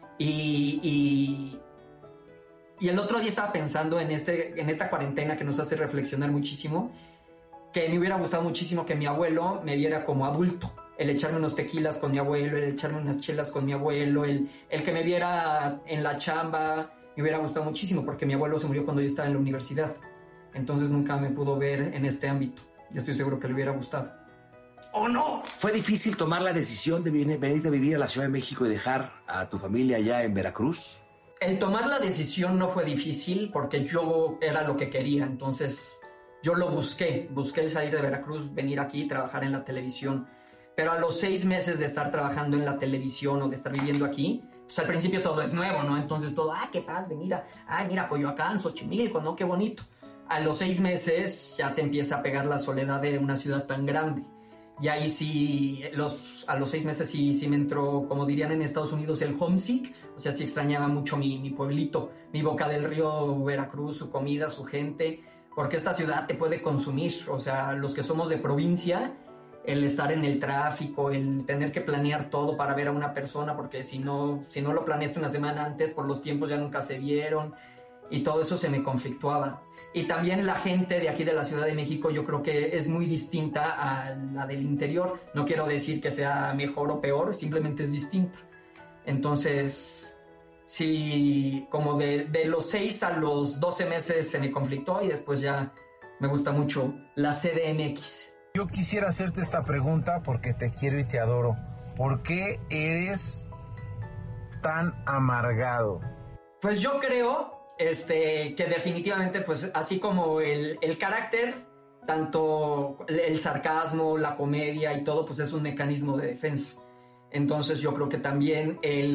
S3: Y el otro día estaba pensando en esta cuarentena que nos hace reflexionar muchísimo, que me hubiera gustado muchísimo que mi abuelo me viera como adulto, el echarme unos tequilas con mi abuelo, el echarme unas chelas con mi abuelo, el que me viera en la chamba, me hubiera gustado muchísimo porque mi abuelo se murió cuando yo estaba en la universidad, entonces nunca me pudo ver en este ámbito, y estoy seguro que le hubiera gustado.
S5: ¿O no? ¿Fue difícil tomar la decisión de venirte a vivir a la Ciudad de México y dejar a tu familia allá en Veracruz?
S3: El tomar la decisión no fue difícil porque yo era lo que quería, entonces yo lo busqué el salir de Veracruz, venir aquí, trabajar en la televisión, pero a los 6 meses de estar trabajando en la televisión o de estar viviendo aquí, pues al principio todo es nuevo, ¿no? Entonces todo, qué padre, mira Coyoacán, Xochimilco, ¿no? Qué bonito. A los 6 meses ya te empieza a pegar la soledad de una ciudad tan grande. Y ahí sí, a los 6 meses sí me entró, como dirían en Estados Unidos, el homesick. O sea, sí extrañaba mucho mi pueblito, mi Boca del Río, Veracruz, su comida, su gente, porque esta ciudad te puede consumir. O sea, los que somos de provincia, el estar en el tráfico, el tener que planear todo para ver a una persona, porque si no lo planeaste una semana antes, por los tiempos ya nunca se vieron, y todo eso se me conflictuaba. Y también la gente de aquí de la Ciudad de México yo creo que es muy distinta a la del interior. No quiero decir que sea mejor o peor, simplemente es distinta. Entonces, sí, como de los 6 a los 12 meses se me conflictó y después ya me gusta mucho la CDMX.
S18: Yo quisiera hacerte esta pregunta porque te quiero y te adoro. ¿Por qué eres tan amargado?
S3: Pues yo creo que definitivamente, pues así como el carácter, tanto el sarcasmo, la comedia y todo, pues es un mecanismo de defensa. Entonces yo creo que también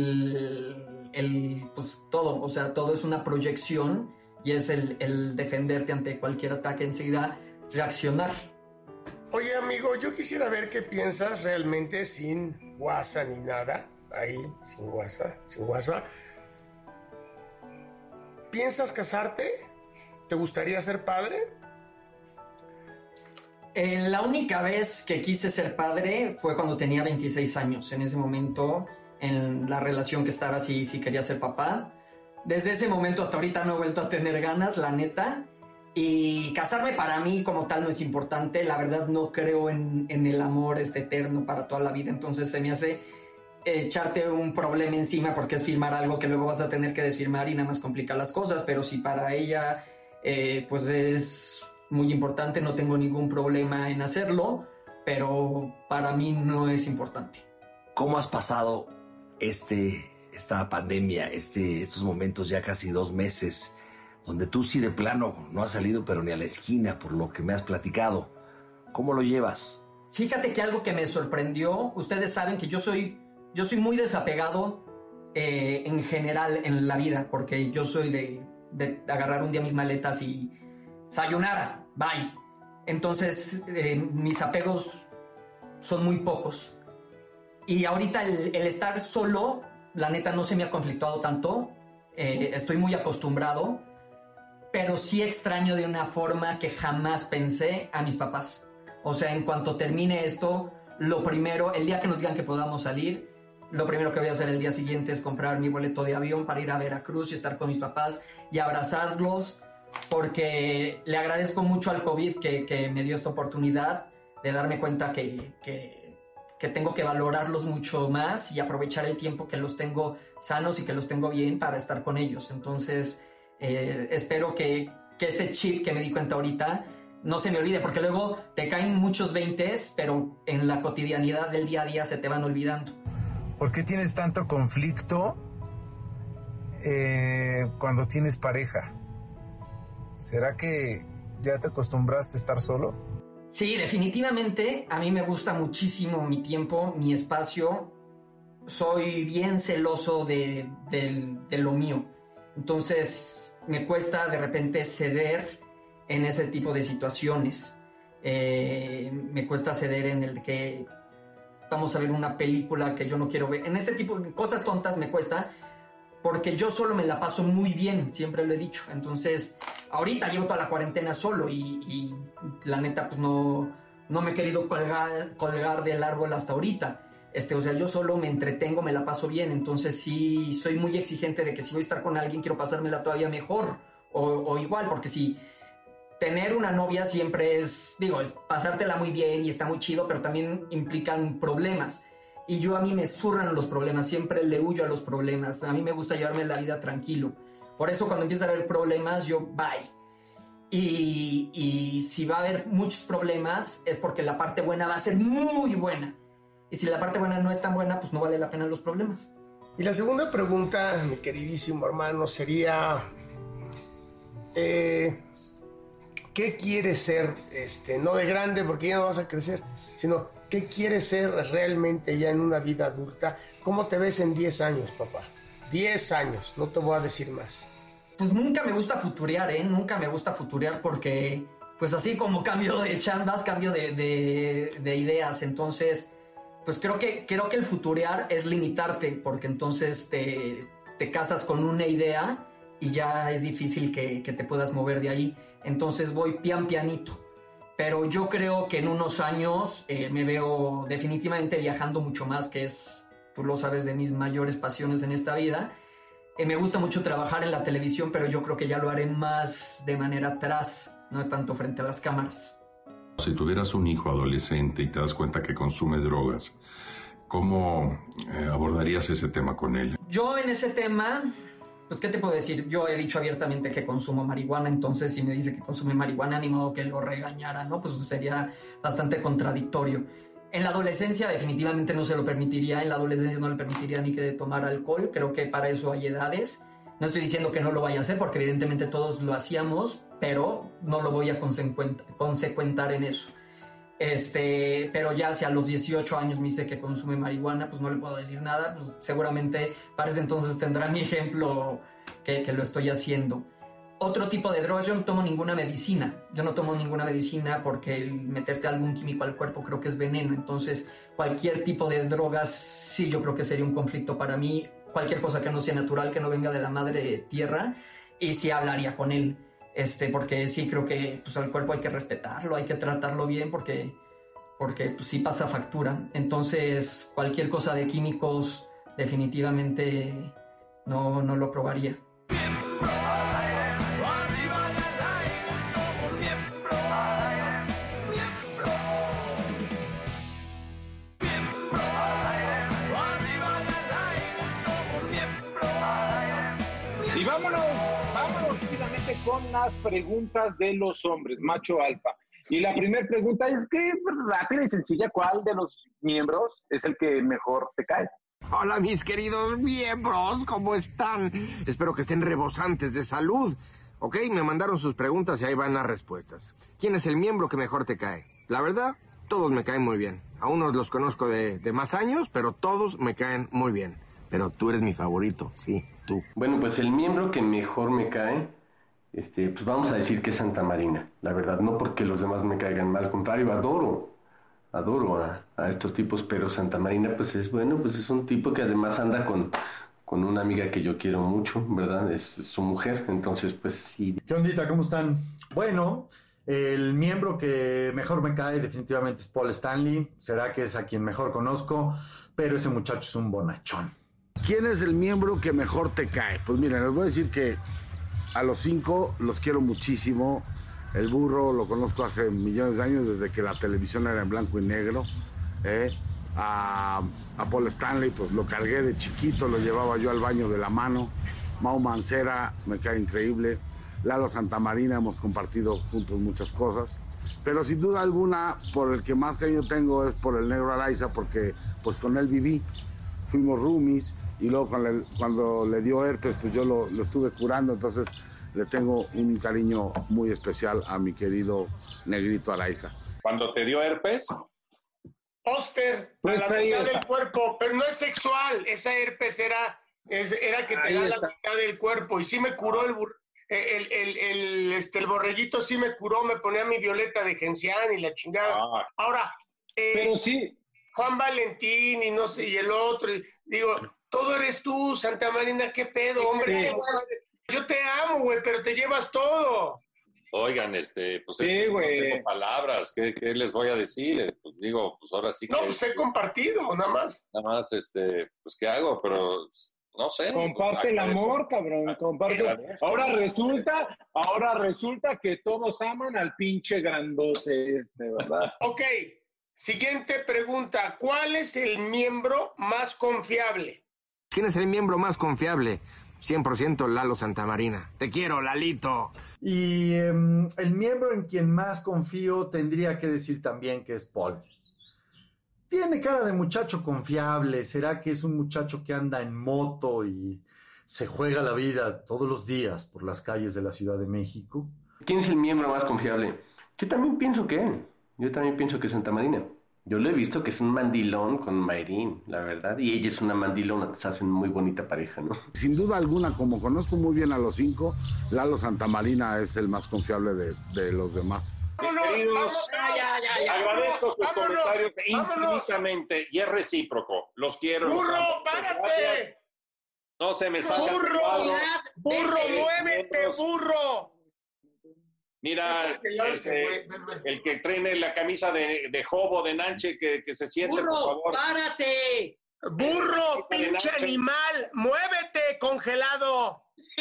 S3: pues todo, o sea, todo es una proyección y es el defenderte ante cualquier ataque, enseguida reaccionar.
S6: Oye, amigo, yo quisiera ver qué piensas realmente sin guasa ni nada. Ahí, sin guasa. ¿Piensas casarte? ¿Te gustaría ser padre?
S3: La única vez que quise ser padre fue cuando tenía 26 años. En ese momento, en la relación que estaba, sí quería ser papá. Desde ese momento hasta ahorita no he vuelto a tener ganas, la neta. Y casarme para mí como tal no es importante. La verdad no creo en el amor eterno para toda la vida. Entonces se me hace echarte un problema encima porque es firmar algo que luego vas a tener que desfirmar y nada más complica las cosas. Pero si para ella pues es muy importante, no tengo ningún problema en hacerlo, pero para mí no es importante.
S5: ¿Cómo has pasado esta pandemia, estos momentos, ya casi 2 meses, donde tú sí de plano no has salido pero ni a la esquina por lo que me has platicado? ¿Cómo lo llevas?
S3: Fíjate que algo que me sorprendió, ustedes saben que yo soy muy desapegado en general en la vida, porque yo soy de agarrar un día mis maletas y sayonara, bye. Entonces mis apegos son muy pocos. Y ahorita el estar solo, la neta no se me ha conflictuado tanto. Estoy muy acostumbrado, pero sí extraño de una forma que jamás pensé a mis papás. O sea, en cuanto termine esto, lo primero, el día que nos digan que podamos salir, lo primero que voy a hacer el día siguiente es comprar mi boleto de avión para ir a Veracruz y estar con mis papás y abrazarlos, porque le agradezco mucho al COVID que me dio esta oportunidad de darme cuenta que tengo que valorarlos mucho más y aprovechar el tiempo que los tengo sanos y que los tengo bien para estar con ellos. Entonces, espero que este chip que me di cuenta ahorita no se me olvide, porque luego te caen muchos 20s, pero en la cotidianidad del día a día se te van olvidando.
S18: ¿Por qué tienes tanto conflicto cuando tienes pareja? ¿Será que ya te acostumbraste a estar solo?
S3: Sí, definitivamente. A mí me gusta muchísimo mi tiempo, mi espacio. Soy bien celoso de lo mío. Entonces me cuesta de repente ceder en ese tipo de situaciones. Me cuesta ceder en el que vamos a ver una película que yo no quiero ver. En ese tipo de cosas tontas me cuesta, porque yo solo me la paso muy bien, siempre lo he dicho. Entonces, ahorita llevo toda la cuarentena solo y la neta, pues no me he querido colgar del árbol hasta ahorita. O sea, yo solo me entretengo, me la paso bien. Entonces, sí, soy muy exigente de que si voy a estar con alguien, quiero pasármela todavía mejor o igual, porque si tener una novia siempre es pasártela muy bien y está muy chido, pero también implican problemas. Y a mí me zurran los problemas, siempre le huyo a los problemas. A mí me gusta llevarme la vida tranquilo. Por eso cuando empieza a haber problemas, yo bye. Y si va a haber muchos problemas, es porque la parte buena va a ser muy buena. Y si la parte buena no es tan buena, pues no vale la pena los problemas.
S6: Y la segunda pregunta, mi queridísimo hermano, sería... ¿qué quieres ser? No de grande, porque ya no vas a crecer, sino ¿qué quieres ser realmente ya en una vida adulta? ¿Cómo te ves en 10 años, papá? 10 años, no te voy a decir más.
S3: Pues nunca me gusta futurear, Nunca me gusta futurear porque, pues así como cambio de chambas, cambio de ideas. Entonces, pues creo que el futurear es limitarte, porque entonces te casas con una idea y ya es difícil que te puedas mover de ahí. Entonces voy pianito. Pero yo creo que en unos años me veo definitivamente viajando mucho más, que es, tú lo sabes, de mis mayores pasiones en esta vida. Me gusta mucho trabajar en la televisión, pero yo creo que ya lo haré más de manera atrás, no tanto frente a las cámaras.
S17: Si tuvieras un hijo adolescente y te das cuenta que consume drogas, ¿cómo abordarías ese tema con él?
S3: Yo en ese tema... Pues, ¿qué te puedo decir? Yo he dicho abiertamente que consumo marihuana, entonces si me dice que consume marihuana, ni modo que lo regañara, ¿no? Pues sería bastante contradictorio. En la adolescencia definitivamente no se lo permitiría, en la adolescencia no le permitiría ni que tomara alcohol, creo que para eso hay edades.
S19: No estoy diciendo que no lo vaya a hacer, porque evidentemente todos lo hacíamos, pero no lo voy a consecuentar en eso. Pero ya si a los 18 años me dice que consume marihuana, pues no le puedo decir nada, pues seguramente para ese entonces tendrá mi ejemplo que lo estoy haciendo. Otro tipo de drogas, yo no tomo ninguna medicina. Yo no tomo ninguna medicina porque el meterte algún químico al cuerpo creo que es veneno. Entonces, cualquier tipo de drogas, sí, yo creo que sería un conflicto para mí. Cualquier cosa que no sea natural, que no venga de la madre tierra, y sí hablaría con él. Porque sí creo que pues, al cuerpo hay que respetarlo, hay que tratarlo bien porque pues, sí pasa factura. Entonces, cualquier cosa de químicos definitivamente no lo probaría.
S7: Y vámonos rápidamente con las preguntas de los hombres, macho alfa. Y la primera pregunta es que rápida y sencilla, ¿cuál de los miembros es el que mejor te cae?
S20: Hola, mis queridos miembros, ¿cómo están? Espero que estén rebosantes de salud. Ok, me mandaron sus preguntas y ahí van las respuestas. ¿Quién es el miembro que mejor te cae? La verdad, todos me caen muy bien. A unos los conozco de más años, pero todos me caen muy bien. Pero tú eres mi favorito, sí, tú.
S21: Bueno, pues el miembro que mejor me cae, pues vamos a decir que es Santa Marina. La verdad, no porque los demás me caigan mal, al contrario, adoro a estos tipos, pero Santa Marina, pues es bueno, pues es un tipo que además anda con una amiga que yo quiero mucho, ¿verdad? Es su mujer, entonces, pues sí.
S22: ¿Qué ondita? ¿Cómo están? Bueno, el miembro que mejor me cae definitivamente es Paul Stanley. Será que es a quien mejor conozco, pero ese muchacho es un bonachón.
S23: ¿Quién es el miembro que mejor te cae? Pues mira, les voy a decir que a los 5 los quiero muchísimo. El burro lo conozco hace millones de años, desde que la televisión era en blanco y negro. A Paul Stanley, pues lo cargué de chiquito, lo llevaba yo al baño de la mano. Mau Mancera me cae increíble. Lalo Santamarina, hemos compartido juntos muchas cosas. Pero sin duda alguna, por el que más cariño tengo es por el negro Araiza, porque pues con él viví. Fuimos roomies y luego cuando le dio herpes, pues yo lo estuve curando, entonces le tengo un cariño muy especial a mi querido negrito Araiza.
S4: ¿Cuando te dio herpes?
S6: Póster, pues a la mitad del cuerpo, pero no es sexual, esa herpes era que te da la mitad del cuerpo, y sí me curó el borreguito, sí me curó, me ponía mi violeta de gencián y la chingada. Ahora,
S7: pero sí,
S6: Juan Valentín y no sé, y el otro, y digo, todo eres tú, Santa Marina, qué pedo, hombre. Sí. Yo te amo, güey, pero te llevas todo.
S4: Oigan, pues sí, no tengo palabras, ¿qué les voy a decir? Pues digo, pues ahora sí que...
S6: No, pues he compartido, nada más.
S4: Nada más, pues ¿qué hago? Pero no sé.
S7: Comparte el amor, cabrón, comparte. Ahora resulta que todos aman al pinche grandote ¿verdad?
S6: Ok. Siguiente pregunta, ¿cuál es el miembro más confiable?
S20: ¿Quién es el miembro más confiable? 100% Lalo Santamarina. Te quiero, Lalito.
S22: Y el miembro en quien más confío tendría que decir también que es Paul. Tiene cara de muchacho confiable. ¿Será que es un muchacho que anda en moto y se juega la vida todos los días por las calles de la Ciudad de México?
S21: ¿Quién es el miembro más confiable? Yo también pienso que él. Yo también pienso que es Santa Marina. Yo lo he visto que es un mandilón con Mayrín, la verdad. Y ella es una mandilona, se hacen muy bonita pareja, ¿no?
S23: Sin duda alguna, como conozco muy bien a los 5, Lalo Santamarina es el más confiable de los demás.
S4: Mis queridos, agradezco sus comentarios infinitamente y es recíproco. Los quiero.
S6: ¡Burro, párate!
S4: No se me salga.
S6: ¡Burro, muévete, burro!
S4: Mira, el que trae la camisa de Jobo, de Nanche, que se siente,
S3: ¡burro,
S4: por favor.
S3: párate!
S6: ¡Burro, pinche animal! ¡Muévete, congelado!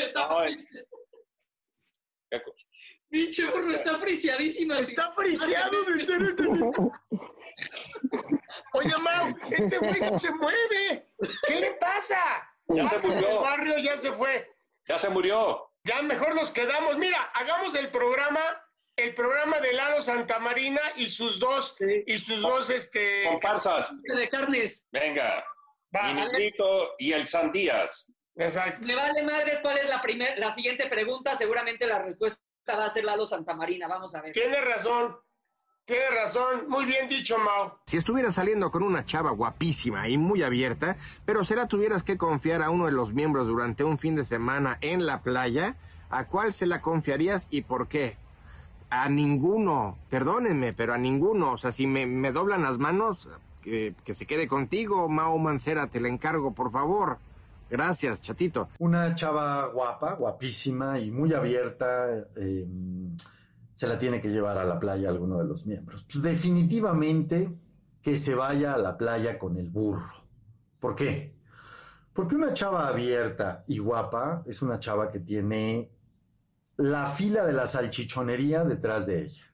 S3: Pinche burro, está friciadísimo.
S6: Está friciado de ser Oye, Mau, este güey no se mueve. ¿Qué le pasa?
S4: Ya se murió.
S6: El barrio ya se fue.
S4: Ya se murió.
S6: Ya mejor nos quedamos. Mira, hagamos el programa de Lalo Santamarina y sus dos,
S4: comparsas
S3: de carnes.
S4: Venga. Mi Negrito y el Sandías.
S6: Exacto.
S3: Me vale madres cuál es la siguiente pregunta. Seguramente la respuesta va a ser Lalo Santamarina. Vamos a ver.
S6: Tienes razón. Muy bien dicho, Mau.
S20: Si estuvieras saliendo con una chava guapísima y muy abierta, pero tuvieras que confiar a uno de los miembros durante un fin de semana en la playa, ¿a cuál se la confiarías y por qué? A ninguno, perdónenme, pero a ninguno. O sea, si me doblan las manos, que se quede contigo, Mau Mancera, te la encargo, por favor. Gracias, chatito.
S22: Una chava guapa, guapísima y muy abierta, se la tiene que llevar a la playa alguno de los miembros. Pues definitivamente que se vaya a la playa con el burro. ¿Por qué? Porque una chava abierta y guapa es una chava que tiene la fila de la salchichonería detrás de ella.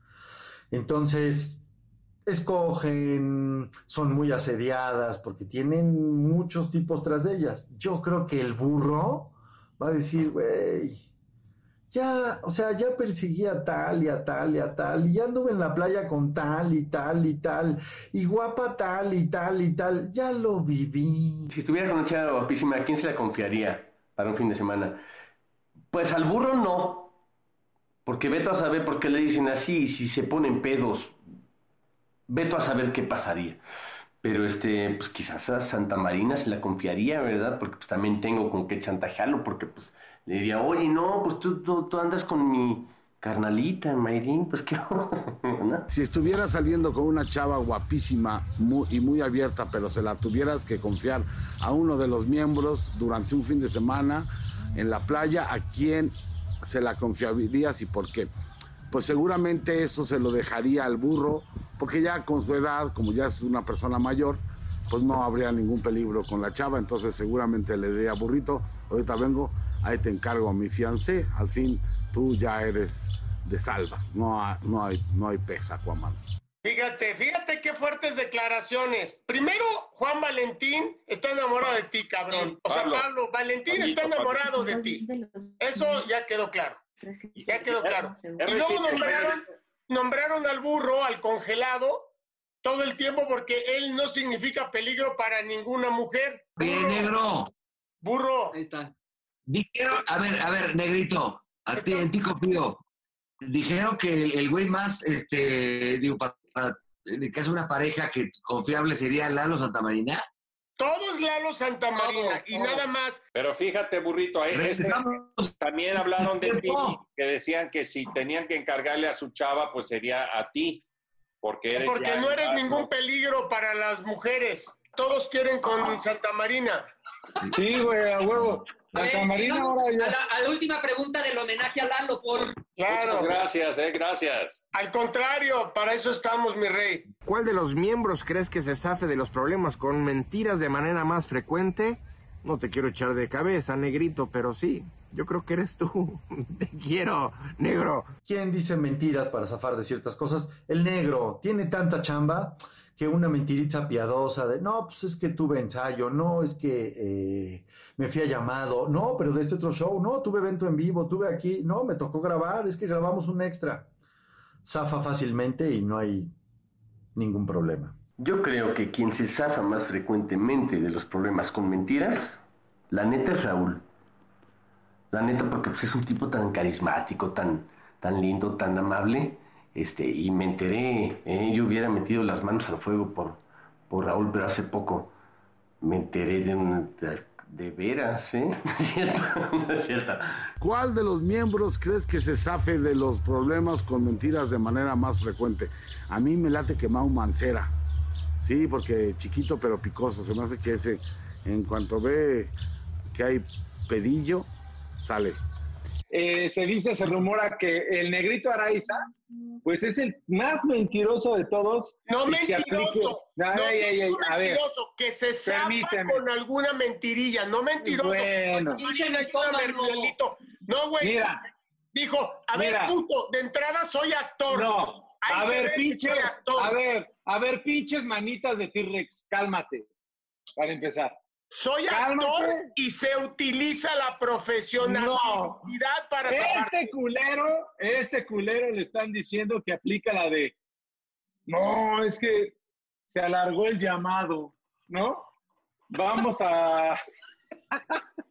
S22: Entonces, escogen, son muy asediadas porque tienen muchos tipos tras de ellas. Yo creo que el burro va a decir, güey, ya perseguía a tal y a tal y a tal, y ya anduve en la playa con tal y tal y tal, y guapa tal y tal y tal, ya lo viví.
S21: Si estuviera con una chava guapísima, ¿a quién se la confiaría para un fin de semana? Pues al burro no, porque veto a saber por qué le dicen así, y si se ponen pedos, veto a saber qué pasaría. Pero pues quizás a Santamarina se la confiaría, ¿verdad? Porque pues también tengo con qué chantajearlo, porque pues le diría, oye, no, pues tú andas con mi carnalita, Mayrín, pues qué ¿no?
S23: Si estuvieras saliendo con una chava guapísima y muy abierta, pero se la tuvieras que confiar a uno de los miembros durante un fin de semana en la playa, ¿a quién se la confiarías y por qué? Pues seguramente eso se lo dejaría al burro, porque ya con su edad, como ya es una persona mayor, pues no habría ningún peligro con la chava, entonces seguramente le diría, burrito, ahorita vengo, ahí te encargo a mi fiancé, al fin tú ya eres de salva, no hay pesa, Aquaman.
S6: Fíjate qué fuertes declaraciones. Primero, Juan Valentín está enamorado de ti, cabrón. O sea, Pablo, Valentín está enamorado de ti. Eso ya quedó claro. Ya quedó claro. Y luego nombraron al burro, al congelado, todo el tiempo porque él no significa peligro para ninguna mujer.
S5: Bien, negro.
S6: Burro.
S3: Ahí está.
S5: Dijeron, a ver, negrito, en ti confío. Dijeron que el güey más, para que es una pareja que confiable sería Lalo Santamarina.
S6: Todo es Lalo Santamarina y nada más.
S4: Pero fíjate, burrito, también hablaron de ti, que decían que si tenían que encargarle a su chava, pues sería a ti. Porque
S6: no eres ningún peligro para las mujeres. Todos quieren con Santamarina.
S7: Sí, güey, a huevo. Santamarina ahora ya.
S3: A la última pregunta del homenaje a Lalo, por...
S6: Claro.
S4: Muchas gracias, gracias.
S6: Al contrario, para eso estamos, mi rey.
S20: ¿Cuál de los miembros crees que se zafe de los problemas con mentiras de manera más frecuente? No te quiero echar de cabeza, negrito, pero sí, yo creo que eres tú. Te quiero, negro.
S22: ¿Quién dice mentiras para zafar de ciertas cosas? El negro tiene tanta chamba que una mentirita piadosa de, no, pues es que tuve ensayo, no, es que me fui a llamado, no, pero de este otro show, no, tuve evento en vivo, tuve aquí, no, me tocó grabar, es que grabamos un extra. Zafa fácilmente y no hay ningún problema.
S21: Yo creo que quien se zafa más frecuentemente de los problemas con mentiras, la neta es Raúl. La neta, porque pues, es un tipo tan carismático, tan lindo, tan amable. Y me enteré, yo hubiera metido las manos al fuego por Raúl, pero hace poco me enteré de veras, ¿eh? No es cierto.
S23: ¿Cuál de los miembros crees que se zafe de los problemas con mentiras de manera más frecuente? A mí me late que Mau Mancera. Sí, porque chiquito pero picoso. Se me hace que ese, en cuanto ve que hay pedillo, sale.
S7: Se rumora que el negrito Araiza, pues es el más mentiroso de todos.
S6: No mentiroso.
S7: A ver,
S6: que se zafa con alguna mentirilla, no mentiroso.
S7: Bueno.
S6: No, güey.
S7: Mira.
S6: Dijo, puto, de entrada soy actor.
S7: No. A ver, pinches manitas de T-Rex, cálmate. Para empezar.
S6: Soy actor y se utiliza la profesionalidad para
S7: Este culero le están diciendo que aplica la de no, es que se alargó el llamado, ¿no? Vamos a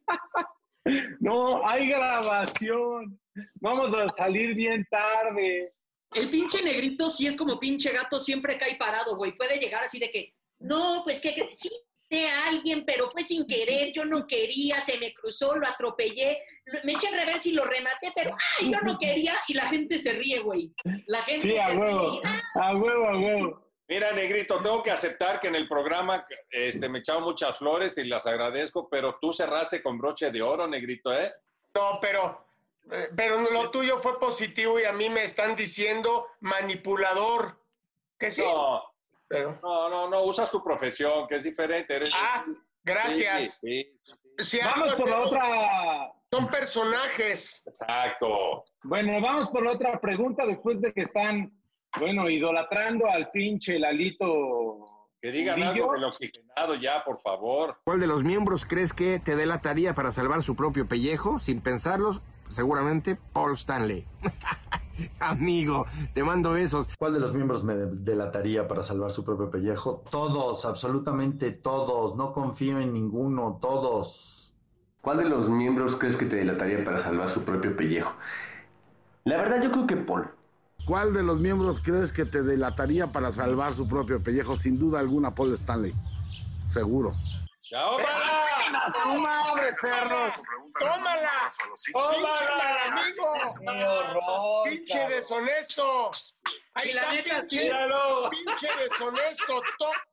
S7: No, hay grabación. Vamos a salir bien tarde.
S3: El pinche negrito sí es como pinche gato, siempre cae parado, güey. Puede llegar así de que, no, pues que sí a alguien, pero fue sin querer, yo no quería, se me cruzó, lo atropellé, me eché en reversa y lo rematé, pero ¡ay, yo no quería! Y la gente se ríe, güey. La gente
S7: Sí, a
S3: se
S7: huevo,
S3: ríe.
S7: a huevo, a huevo.
S4: Mira, negrito, tengo que aceptar que en el programa me echaron muchas flores y las agradezco, pero tú cerraste con broche de oro, negrito, ¿eh?
S6: No, pero lo tuyo fue positivo y a mí me están diciendo manipulador. ¿Que sí?
S4: No, usas tu profesión, que es diferente.
S6: Gracias.
S4: Sí.
S7: Vamos por la otra.
S6: Son personajes.
S4: Exacto.
S7: Bueno, vamos por la otra pregunta después de que están, idolatrando al pinche Lalito.
S4: Que digan algo del oxigenado ya, por favor.
S20: ¿Cuál de los miembros crees que te delataría para salvar su propio pellejo? Sin pensarlo, seguramente Paul Stanley. Amigo, te mando besos.
S22: ¿Cuál de los miembros me delataría para salvar su propio pellejo? Todos, absolutamente todos. No confío en ninguno, todos.
S21: ¿Cuál de los miembros crees que te delataría para salvar su propio pellejo? La verdad, yo creo que Paul.
S23: ¿Cuál de los miembros crees que te delataría para salvar su propio pellejo? Sin duda alguna, Paul Stanley. Seguro.
S6: ¡Tómala! ¡Tu madre, perro! ¡Tómala! ¡Tómala, amigo!
S5: ¡Qué horror!
S6: ¡Pinche deshonesto!
S3: Y la neta, sí.
S6: ¡Pinche deshonesto!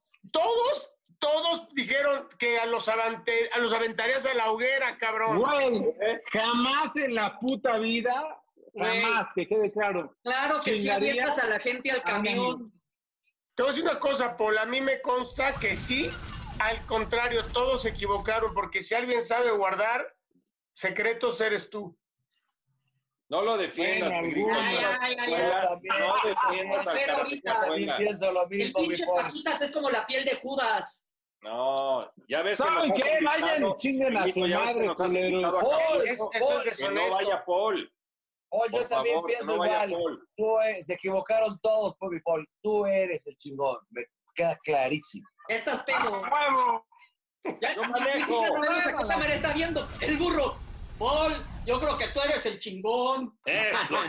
S6: Todos dijeron que a los aventarías a la hoguera, cabrón.
S7: Güey, jamás en la puta vida, jamás, que quede claro.
S3: Claro que sí avientas a la gente al camión.
S6: Te voy a decir una cosa, Paul, a mí me consta que sí. Al contrario, todos se equivocaron, porque si alguien sabe guardar secretos, eres tú.
S4: No lo defiendas, negrito. No defiendas al karateka.
S5: También pienso lo
S3: El
S5: mismo, mi
S3: pinche
S5: Paul.
S3: Paquitas es como la piel de Judas.
S4: No, ya ves que
S7: ¿Saben
S4: nos has
S7: qué?
S4: invitado.
S7: Vayan, chinguen a su
S4: Ya ves que
S7: madre,
S4: nos has
S7: culeros.
S4: invitado acá. Que no vaya Paul.
S5: Paul, yo
S4: Por
S5: también
S4: favor,
S5: pienso
S4: que no vaya
S5: igual.
S4: Paul.
S5: Se equivocaron todos, mi Paul. Tú eres el chingón. Me queda clarísimo.
S3: Estás pedo. Ya
S4: No
S3: ni
S4: manejo.
S3: siquiera sabemos a qué cámara está viendo. El burro. Paul, yo creo que tú eres el chingón.
S4: Eso.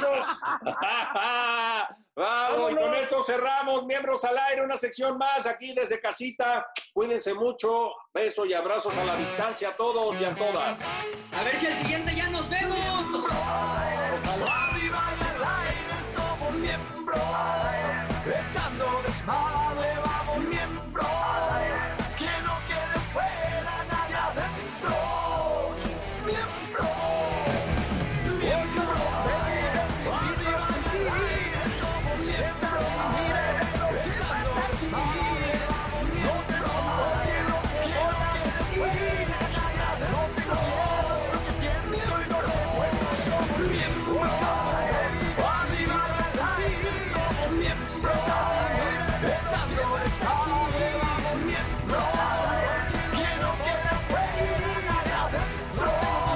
S4: Vamos, y con esto cerramos. Miembros al aire, una sección más aquí desde casita. Cuídense mucho. Besos y abrazos a la distancia a todos y a todas.
S3: A ver si al siguiente ya nos vemos.
S1: Arriba y al aire somos miembros. Echando desmadre, vamos miembros. Que no quede fuera nadie adentro. Miembros. Miembros. Arriba y al aire somos miembros. Echando desmadre, vamos miembros. Que no quede fuera nadie adentro. Lo que pienso y no lo puedo, somos miembros. Arriba y al aire somos miembros. Echando desmadre, vamos miembros. Que no quede fuera nadie adentro.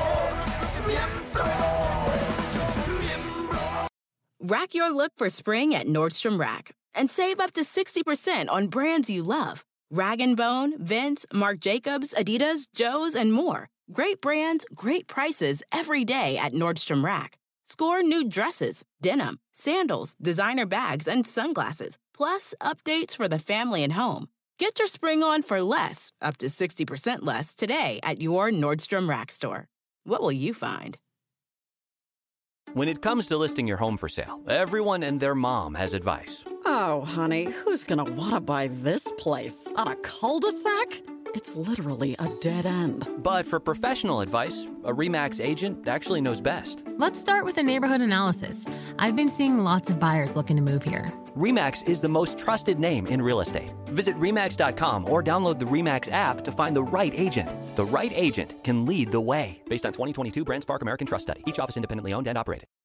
S1: Miembros.
S12: Rack your look for spring at Nordstrom Rack and save up to 60% on brands you love. Rag & Bone, Vince, Marc Jacobs, Adidas, Joe's, and more. Great brands, great prices every day at Nordstrom Rack. Score new dresses, denim, sandals, designer bags, and sunglasses, plus updates for the family and home. Get your spring on for less, up to 60% less, today at your Nordstrom Rack store. What will you find?
S9: When it comes to listing your home for sale, everyone and their mom has advice.
S10: Oh, honey, who's going to want to buy this place? On a cul-de-sac? It's literally a dead end.
S9: But for professional advice, a RE/MAX agent actually knows best.
S24: Let's start with a neighborhood analysis. I've been seeing lots of buyers looking to move here.
S9: RE/MAX is the most trusted name in real estate. Visit RE/MAX.com or download the RE/MAX app to find the right agent. The right agent can lead the way. Based on 2022 BrandSpark American Trust Study. Each office independently owned and operated.